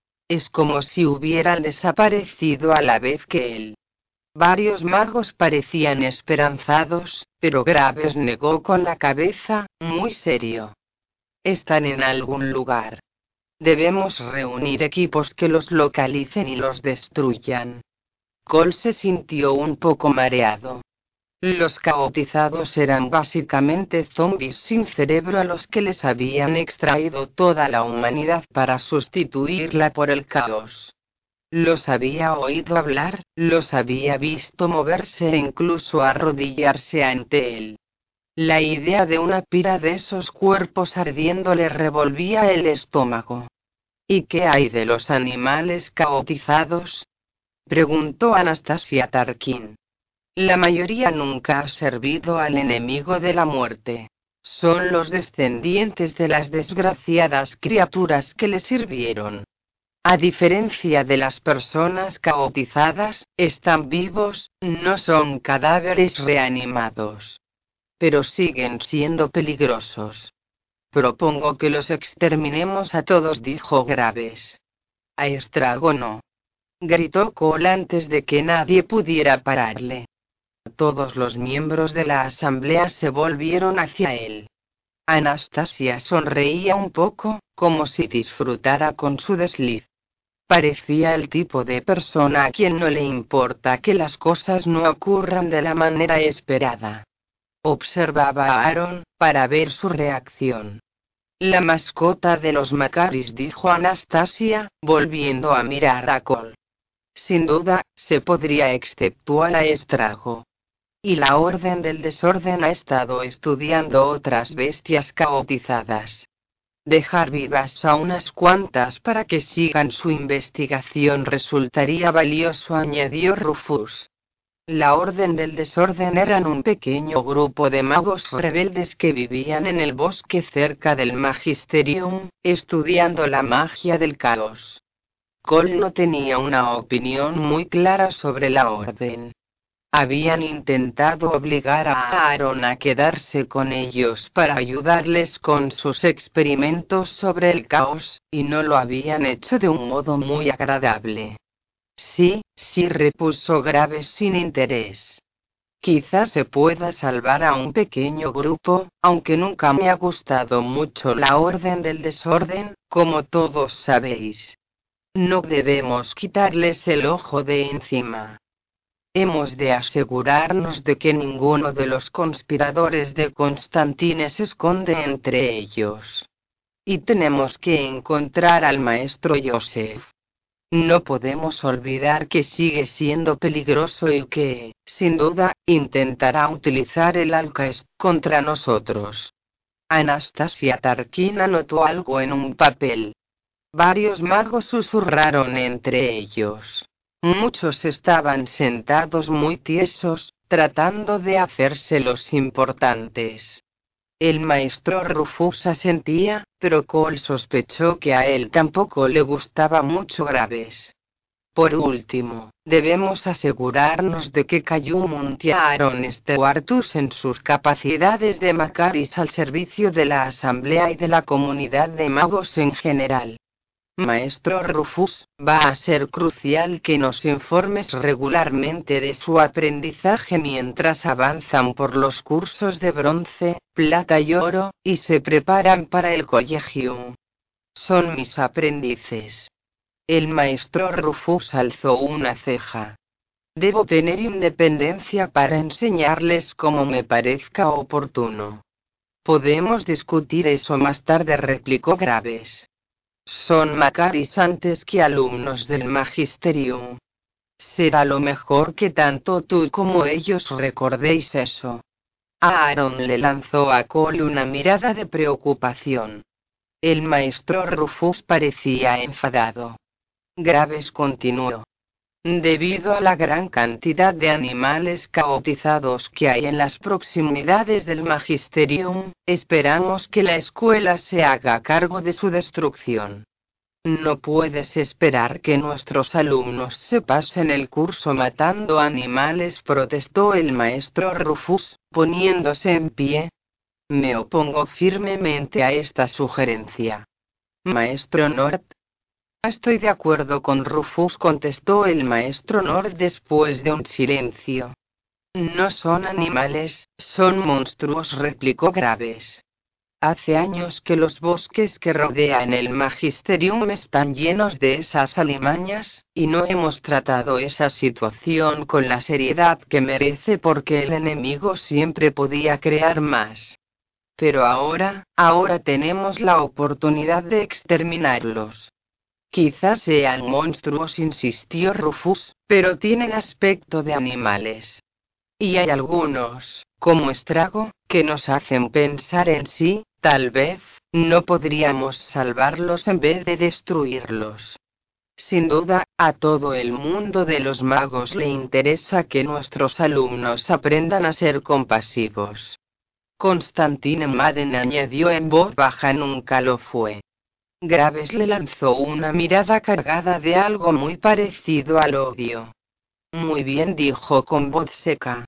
Es como si hubieran desaparecido a la vez que él. Varios magos parecían esperanzados, pero Graves negó con la cabeza, muy serio. Están en algún lugar. Debemos reunir equipos que los localicen y los destruyan. Cole se sintió un poco mareado. Los caotizados eran básicamente zombies sin cerebro a los que les habían extraído toda la humanidad para sustituirla por el caos. Los había oído hablar, los había visto moverse e incluso arrodillarse ante él. La idea de una pira de esos cuerpos ardiendo le revolvía el estómago. ¿Y qué hay de los animales caotizados?, preguntó Anastasia Tarkin. La mayoría nunca ha servido al enemigo de la muerte. Son los descendientes de las desgraciadas criaturas que le sirvieron. A diferencia de las personas caotizadas, están vivos, no son cadáveres reanimados. Pero siguen siendo peligrosos. Propongo que los exterminemos a todos, dijo Graves. A Estrago no, gritó Cole antes de que nadie pudiera pararle. Todos los miembros de la asamblea se volvieron hacia él. Anastasia sonreía un poco, como si disfrutara con su desliz. Parecía el tipo de persona a quien no le importa que las cosas no ocurran de la manera esperada. Observaba a Aaron, para ver su reacción. La mascota de los Macaris, dijo Anastasia, volviendo a mirar a Cole. Sin duda, se podría exceptuar a Estrago. Y la Orden del Desorden ha estado estudiando otras bestias caotizadas. Dejar vivas a unas cuantas para que sigan su investigación resultaría valioso, añadió Rufus. La Orden del Desorden eran un pequeño grupo de magos rebeldes que vivían en el bosque cerca del Magisterium, estudiando la magia del caos. Cole no tenía una opinión muy clara sobre la Orden. Habían intentado obligar a Aaron a quedarse con ellos para ayudarles con sus experimentos sobre el caos, y no lo habían hecho de un modo muy agradable. Sí, sí, repuso Graves sin interés. Quizás se pueda salvar a un pequeño grupo, aunque nunca me ha gustado mucho la Orden del Desorden, como todos sabéis. No debemos quitarles el ojo de encima. Hemos de asegurarnos de que ninguno de los conspiradores de Constantine se esconde entre ellos. Y tenemos que encontrar al maestro Joseph. No podemos olvidar que sigue siendo peligroso y que, sin duda, intentará utilizar el Alcaest contra nosotros. Anastasia Tarkin anotó algo en un papel. Varios magos susurraron entre ellos. Muchos estaban sentados muy tiesos, tratando de hacerse los importantes. El maestro Rufus asentía, pero Cole sospechó que a él tampoco le gustaba mucho Graves. Por último, debemos asegurarnos de que Callum unte a Aaron Stewartus en sus capacidades de Macaris al servicio de la Asamblea y de la comunidad de magos en general. Maestro Rufus, va a ser crucial que nos informes regularmente de su aprendizaje mientras avanzan por los cursos de bronce, plata y oro, y se preparan para el Collegium. Son mis aprendices. El maestro Rufus alzó una ceja. Debo tener independencia para enseñarles como me parezca oportuno. Podemos discutir eso más tarde, replicó Graves. Son Macaris antes que alumnos del Magisterium. Será lo mejor que tanto tú como ellos recordéis eso. Aaron le lanzó a Cole una mirada de preocupación. El maestro Rufus parecía enfadado. Graves continuó. Debido a la gran cantidad de animales caotizados que hay en las proximidades del Magisterium, esperamos que la escuela se haga cargo de su destrucción. No puedes esperar que nuestros alumnos se pasen el curso matando animales, protestó el maestro Rufus, poniéndose en pie. Me opongo firmemente a esta sugerencia. Maestro Nord. Estoy de acuerdo con Rufus, contestó el maestro Nord después de un silencio. No son animales, son monstruos, replicó Graves. Hace años que los bosques que rodean el Magisterium están llenos de esas alimañas, y no hemos tratado esa situación con la seriedad que merece porque el enemigo siempre podía crear más. Pero ahora, ahora tenemos la oportunidad de exterminarlos. Quizás sean monstruos, insistió Rufus, pero tienen aspecto de animales. Y hay algunos, como estrago, que nos hacen pensar en si, tal vez, no podríamos salvarlos en vez de destruirlos. Sin duda, a todo el mundo de los magos le interesa que nuestros alumnos aprendan a ser compasivos. Constantine Madden añadió en voz baja: nunca lo fue. Graves le lanzó una mirada cargada de algo muy parecido al odio. Muy bien, dijo con voz seca.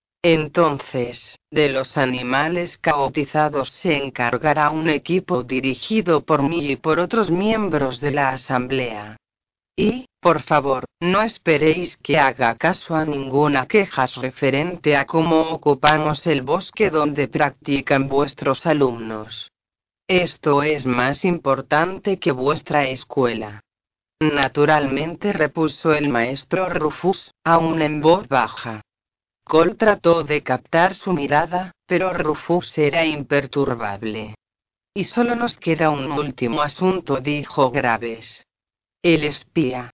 Entonces, de los animales caotizados se encargará un equipo dirigido por mí y por otros miembros de la asamblea. Y, por favor, no esperéis que haga caso a ninguna queja referente a cómo ocupamos el bosque donde practican vuestros alumnos. Esto es más importante que vuestra escuela. Naturalmente, repuso el maestro Rufus, aún en voz baja. Cole trató de captar su mirada, pero Rufus era imperturbable. Y solo nos queda un último asunto, dijo Graves. El espía.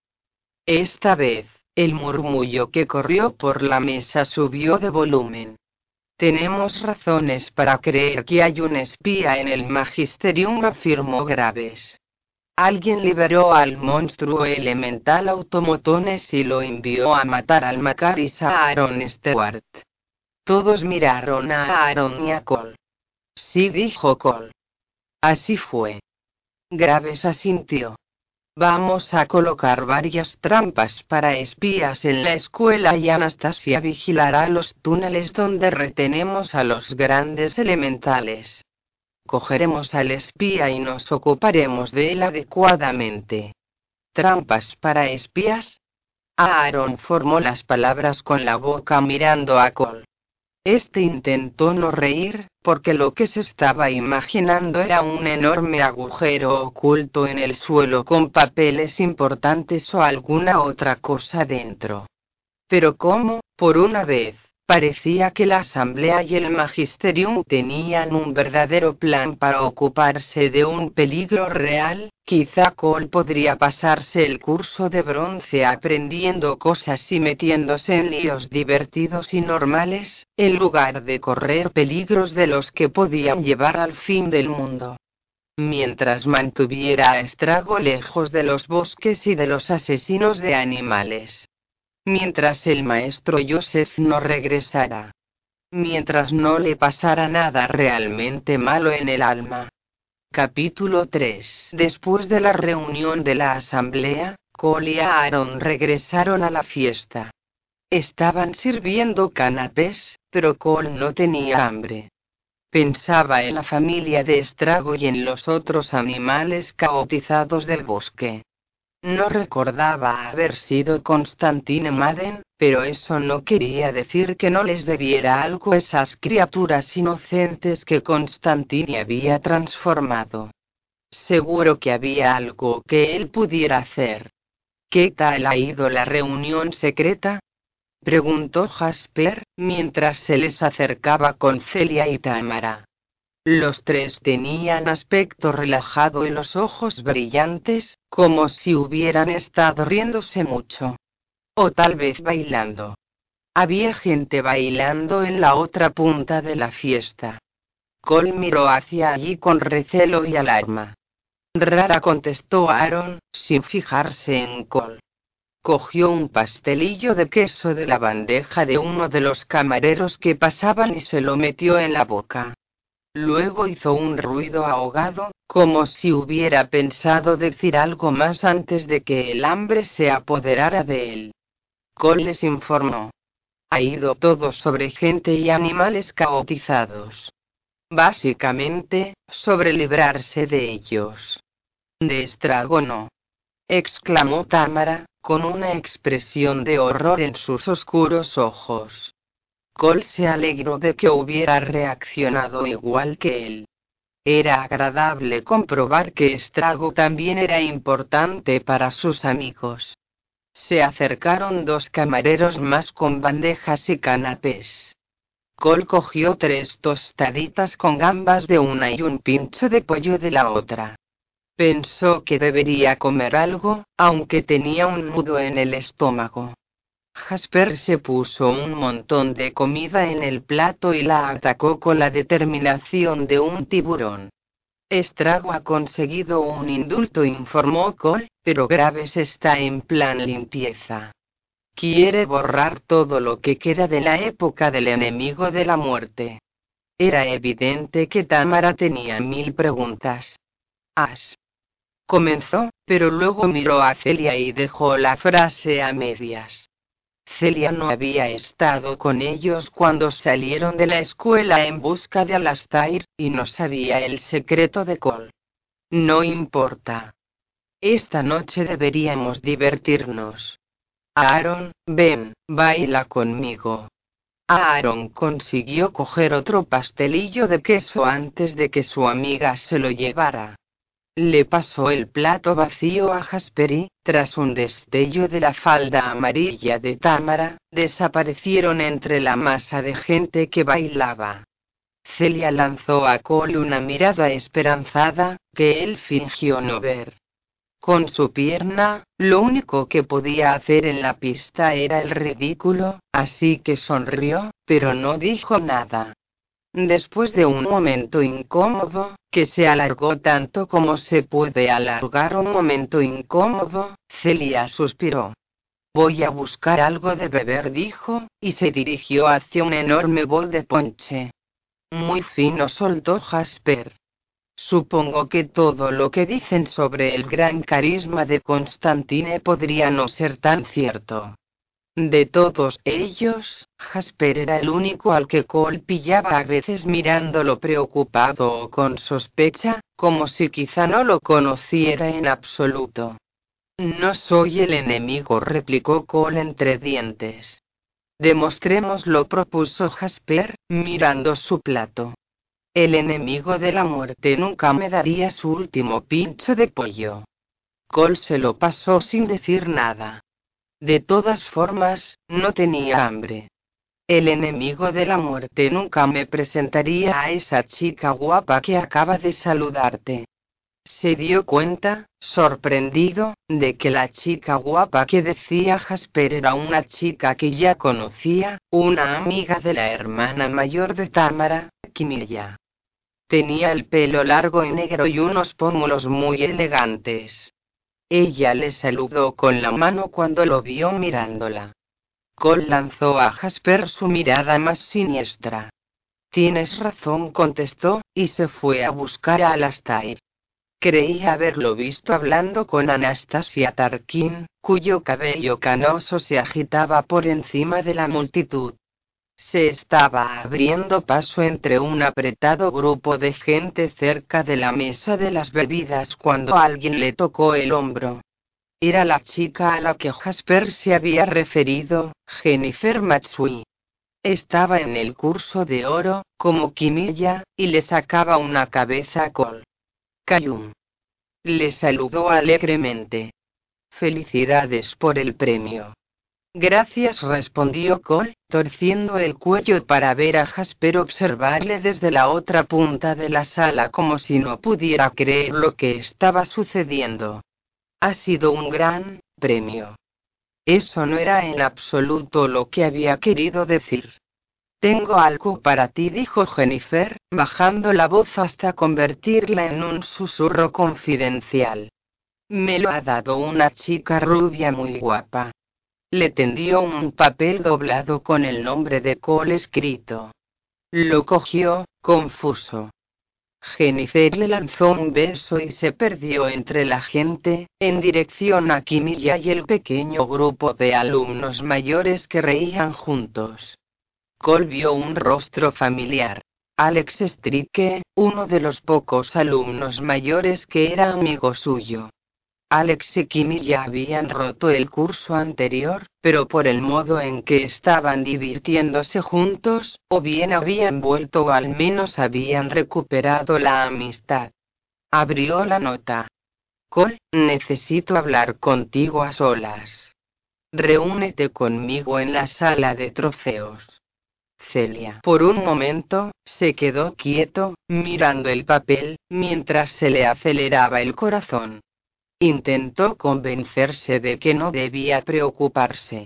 Esta vez, el murmullo que corrió por la mesa subió de volumen. Tenemos razones para creer que hay un espía en el Magisterium, afirmó Graves. Alguien liberó al monstruo elemental Automotones y lo envió a matar al Macaris a Aaron Stewart. Todos miraron a Aaron y a Cole. Sí, dijo Cole. Así fue. Graves asintió. Vamos a colocar varias trampas para espías en la escuela y Anastasia vigilará los túneles donde retenemos a los grandes elementales. Cogeremos al espía y nos ocuparemos de él adecuadamente. ¿Trampas para espías? Aaron formó las palabras con la boca mirando a Cole. Este intentó no reír, porque lo que se estaba imaginando era un enorme agujero oculto en el suelo con papeles importantes o alguna otra cosa dentro. Pero como, por una vez, parecía que la asamblea y el magisterium tenían un verdadero plan para ocuparse de un peligro real, quizá Cole podría pasarse el curso de bronce aprendiendo cosas y metiéndose en líos divertidos y normales, en lugar de correr peligros de los que podían llevar al fin del mundo. Mientras mantuviera a Estrago lejos de los bosques y de los asesinos de animales. Mientras el maestro Joseph no regresara. Mientras no le pasara nada realmente malo en el alma. Capítulo tres. Después de la reunión de la asamblea, Cole y Aaron regresaron a la fiesta. Estaban sirviendo canapés, pero Cole no tenía hambre. Pensaba en la familia de Estrago y en los otros animales caotizados del bosque. No recordaba haber sido Constantine Madden, pero eso no quería decir que no les debiera algo a esas criaturas inocentes que Constantine había transformado. Seguro que había algo que él pudiera hacer. ¿Qué tal ha ido la reunión secreta?, preguntó Jasper, mientras se les acercaba con Celia y Tamara. Los tres tenían aspecto relajado y los ojos brillantes, como si hubieran estado riéndose mucho. O tal vez bailando. Había gente bailando en la otra punta de la fiesta. Cole miró hacia allí con recelo y alarma. Rara, contestó Aaron, sin fijarse en Cole. Cogió un pastelillo de queso de la bandeja de uno de los camareros que pasaban y se lo metió en la boca. Luego hizo un ruido ahogado, como si hubiera pensado decir algo más antes de que el hambre se apoderara de él. Cole les informó. Ha ido todo sobre gente y animales caotizados. Básicamente, sobre librarse de ellos. De Estrago no. Exclamó Tamara, con una expresión de horror en sus oscuros ojos. Cole se alegró de que hubiera reaccionado igual que él. Era agradable comprobar que Estrago también era importante para sus amigos. Se acercaron dos camareros más con bandejas y canapés. Cole cogió tres tostaditas con gambas de una y un pincho de pollo de la otra. Pensó que debería comer algo, aunque tenía un nudo en el estómago. Jasper se puso un montón de comida en el plato y la atacó con la determinación de un tiburón. Estrago ha conseguido un indulto, informó Cole, pero Graves está en plan limpieza. Quiere borrar todo lo que queda de la época del enemigo de la muerte. Era evidente que Tamara tenía mil preguntas. As. Comenzó, pero luego miró a Celia y dejó la frase a medias. Celia no había estado con ellos cuando salieron de la escuela en busca de Alastair, y no sabía el secreto de Cole. No importa. Esta noche deberíamos divertirnos. Aaron, ven, baila conmigo. Aaron consiguió coger otro pastelillo de queso antes de que su amiga se lo llevara. Le pasó el plato vacío a Jasper y, tras un destello de la falda amarilla de Tamara, desaparecieron entre la masa de gente que bailaba. Celia lanzó a Cole una mirada esperanzada, que él fingió no ver. Con su pierna, lo único que podía hacer en la pista era el ridículo, así que sonrió, pero no dijo nada. Después de un momento incómodo, que se alargó tanto como se puede alargar un momento incómodo, Celia suspiró. Voy a buscar algo de beber, dijo, y se dirigió hacia un enorme bol de ponche. Muy fino, soltó Jasper. Supongo que todo lo que dicen sobre el gran carisma de Constantine podría no ser tan cierto. De todos ellos, Jasper era el único al que Cole pillaba a veces mirándolo preocupado o con sospecha, como si quizá no lo conociera en absoluto. No soy el enemigo, replicó Cole entre dientes. Demostrémoslo, propuso Jasper, mirando su plato. El enemigo de la muerte nunca me daría su último pincho de pollo. Cole se lo pasó sin decir nada. De todas formas, no tenía hambre. El enemigo de la muerte nunca me presentaría a esa chica guapa que acaba de saludarte. Se dio cuenta, sorprendido, de que la chica guapa que decía Jasper era una chica que ya conocía, una amiga de la hermana mayor de Tamara, Kimilla. Tenía el pelo largo y negro y unos pómulos muy elegantes. Ella le saludó con la mano cuando lo vio mirándola. Cole lanzó a Jasper su mirada más siniestra. Tienes razón, contestó, y se fue a buscar a Alastair. Creía haberlo visto hablando con Anastasia Tarkin, cuyo cabello canoso se agitaba por encima de la multitud. Se estaba abriendo paso entre un apretado grupo de gente cerca de la mesa de las bebidas cuando alguien le tocó el hombro. Era la chica a la que Jasper se había referido, Jennifer Matsui. Estaba en el curso de oro, como Kimilla, y le sacaba una cabeza a Cole. Cayum. Le saludó alegremente. Felicidades por el premio. Gracias, respondió Cole, torciendo el cuello para ver a Jasper observarle desde la otra punta de la sala como si no pudiera creer lo que estaba sucediendo. Ha sido un gran premio. Eso no era en absoluto lo que había querido decir. Tengo algo para ti, dijo Jennifer, bajando la voz hasta convertirla en un susurro confidencial. Me lo ha dado una chica rubia muy guapa. Le tendió un papel doblado con el nombre de Cole escrito. Lo cogió, confuso. Jennifer le lanzó un beso y se perdió entre la gente, en dirección a Kimilla y el pequeño grupo de alumnos mayores que reían juntos. Cole vio un rostro familiar. Alex Strike, uno de los pocos alumnos mayores que era amigo suyo. Alex y Kimilla habían roto el curso anterior, pero por el modo en que estaban divirtiéndose juntos, o bien habían vuelto o al menos habían recuperado la amistad. Abrió la nota. Cole, necesito hablar contigo a solas. Reúnete conmigo en la sala de trofeos. Celia. Por un momento, se quedó quieto, mirando el papel, mientras se le aceleraba el corazón. Intentó convencerse de que no debía preocuparse.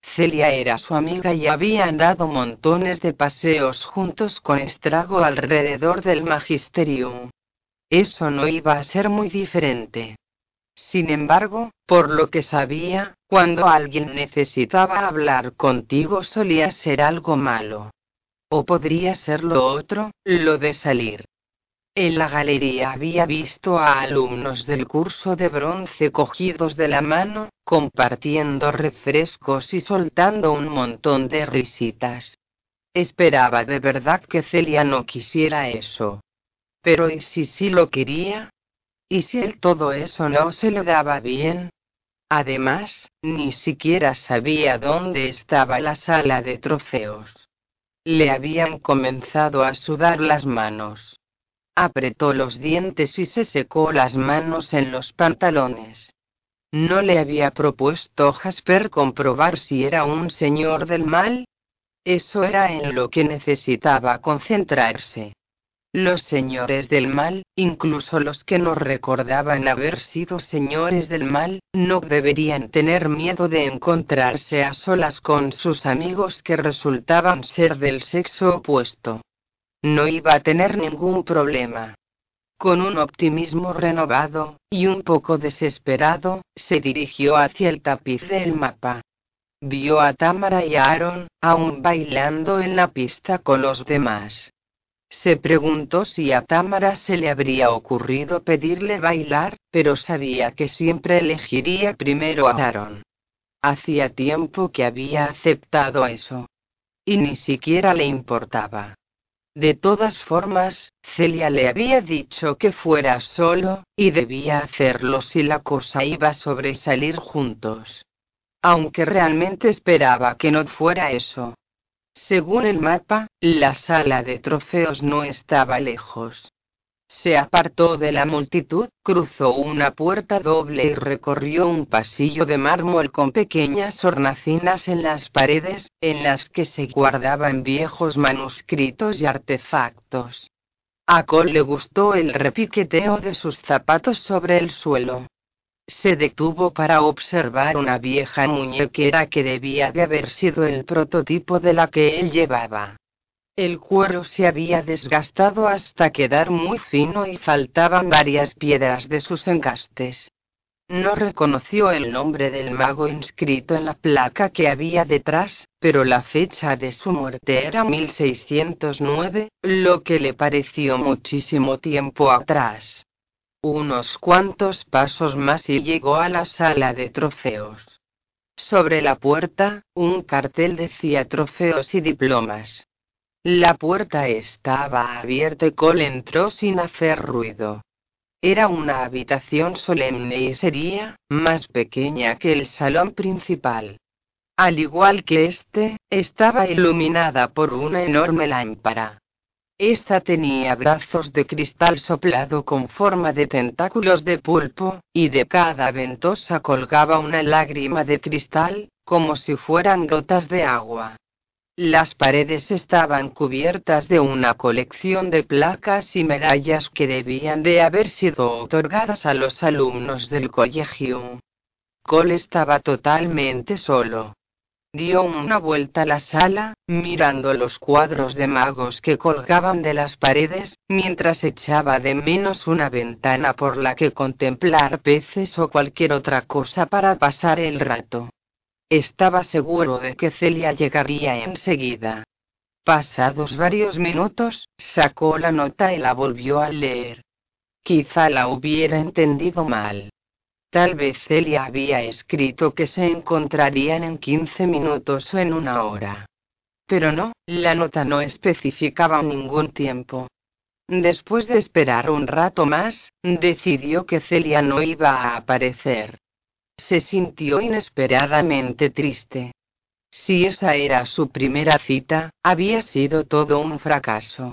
Celia era su amiga y habían dado montones de paseos juntos con Estrago alrededor del Magisterium. Eso no iba a ser muy diferente. Sin embargo, por lo que sabía, cuando alguien necesitaba hablar contigo solía ser algo malo. O podría ser lo otro, lo de salir. En la galería había visto a alumnos del curso de bronce cogidos de la mano, compartiendo refrescos y soltando un montón de risitas. Esperaba de verdad que Celia no quisiera eso. Pero ¿y si sí lo quería? ¿Y si él todo eso no se le daba bien? Además, ni siquiera sabía dónde estaba la sala de trofeos. Le habían comenzado a sudar las manos. Apretó los dientes y se secó las manos en los pantalones. ¿No le había propuesto Jasper comprobar si era un señor del mal? Eso era en lo que necesitaba concentrarse. Los señores del mal, incluso los que no recordaban haber sido señores del mal, no deberían tener miedo de encontrarse a solas con sus amigos que resultaban ser del sexo opuesto. No iba a tener ningún problema. Con un optimismo renovado, y un poco desesperado, se dirigió hacia el tapiz del mapa. Vio a Tamara y a Aaron, aún bailando en la pista con los demás. Se preguntó si a Tamara se le habría ocurrido pedirle bailar, pero sabía que siempre elegiría primero a Aaron. Hacía tiempo que había aceptado eso. Y ni siquiera le importaba. De todas formas, Celia le había dicho que fuera solo, y debía hacerlo si la cosa iba a sobresalir juntos. Aunque realmente esperaba que no fuera eso. Según el mapa, la sala de trofeos no estaba lejos. Se apartó de la multitud, cruzó una puerta doble y recorrió un pasillo de mármol con pequeñas hornacinas en las paredes, en las que se guardaban viejos manuscritos y artefactos. A Cole le gustó el repiqueteo de sus zapatos sobre el suelo. Se detuvo para observar una vieja muñequera que debía de haber sido el prototipo de la que él llevaba. El cuero se había desgastado hasta quedar muy fino y faltaban varias piedras de sus encastes. No reconoció el nombre del mago inscrito en la placa que había detrás, pero la fecha de su muerte era mil seiscientos nueve, lo que le pareció muchísimo tiempo atrás. Unos cuantos pasos más y llegó a la sala de trofeos. Sobre la puerta, un cartel decía trofeos y diplomas. La puerta estaba abierta y Cole entró sin hacer ruido. Era una habitación solemne y seria, más pequeña que el salón principal. Al igual que este, estaba iluminada por una enorme lámpara. Esta tenía brazos de cristal soplado con forma de tentáculos de pulpo, y de cada ventosa colgaba una lágrima de cristal, como si fueran gotas de agua. Las paredes estaban cubiertas de una colección de placas y medallas que debían de haber sido otorgadas a los alumnos del colegio. Cole estaba totalmente solo. Dio una vuelta a la sala, mirando los cuadros de magos que colgaban de las paredes, mientras echaba de menos una ventana por la que contemplar peces o cualquier otra cosa para pasar el rato. Estaba seguro de que Celia llegaría enseguida. Pasados varios minutos, sacó la nota y la volvió a leer. Quizá la hubiera entendido mal. Tal vez Celia había escrito que se encontrarían en quince minutos o en una hora. Pero no, la nota no especificaba ningún tiempo. Después de esperar un rato más, decidió que Celia no iba a aparecer. Se sintió inesperadamente triste. Si esa era su primera cita, había sido todo un fracaso.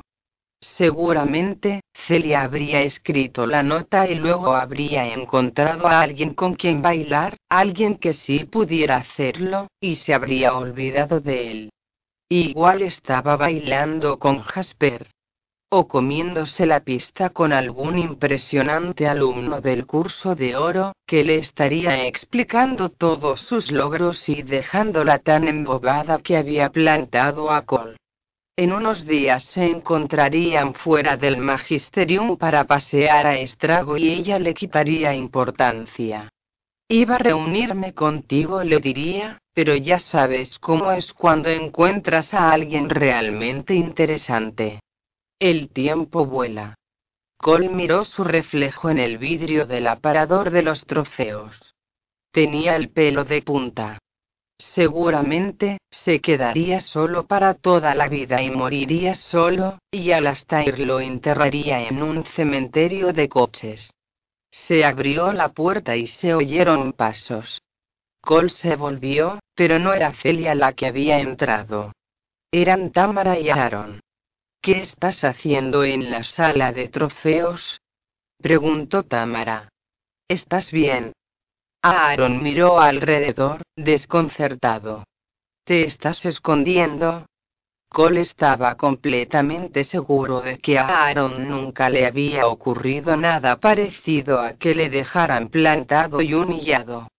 Seguramente, Celia habría escrito la nota y luego habría encontrado a alguien con quien bailar, alguien que sí pudiera hacerlo, y se habría olvidado de él. Igual estaba bailando con Jasper. o comiéndose la pista con algún impresionante alumno del curso de oro, que le estaría explicando todos sus logros y dejándola tan embobada que había plantado a Cole. En unos días se encontrarían fuera del magisterium para pasear a estrago y ella le quitaría importancia. Iba a reunirme contigo, le diría, pero ya sabes cómo es cuando encuentras a alguien realmente interesante. El tiempo vuela. Cole miró su reflejo en el vidrio del aparador de los trofeos. Tenía el pelo de punta. Seguramente, se quedaría solo para toda la vida y moriría solo, y Alastair lo enterraría en un cementerio de coches. Se abrió la puerta y se oyeron pasos. Cole se volvió, pero no era Celia la que había entrado. Eran Tamara y Aaron. ¿Qué estás haciendo en la sala de trofeos?, preguntó Tamara. ¿Estás bien? Aaron miró alrededor, desconcertado. ¿Te estás escondiendo? Cole estaba completamente seguro de que a Aaron nunca le había ocurrido nada parecido a que le dejaran plantado y humillado.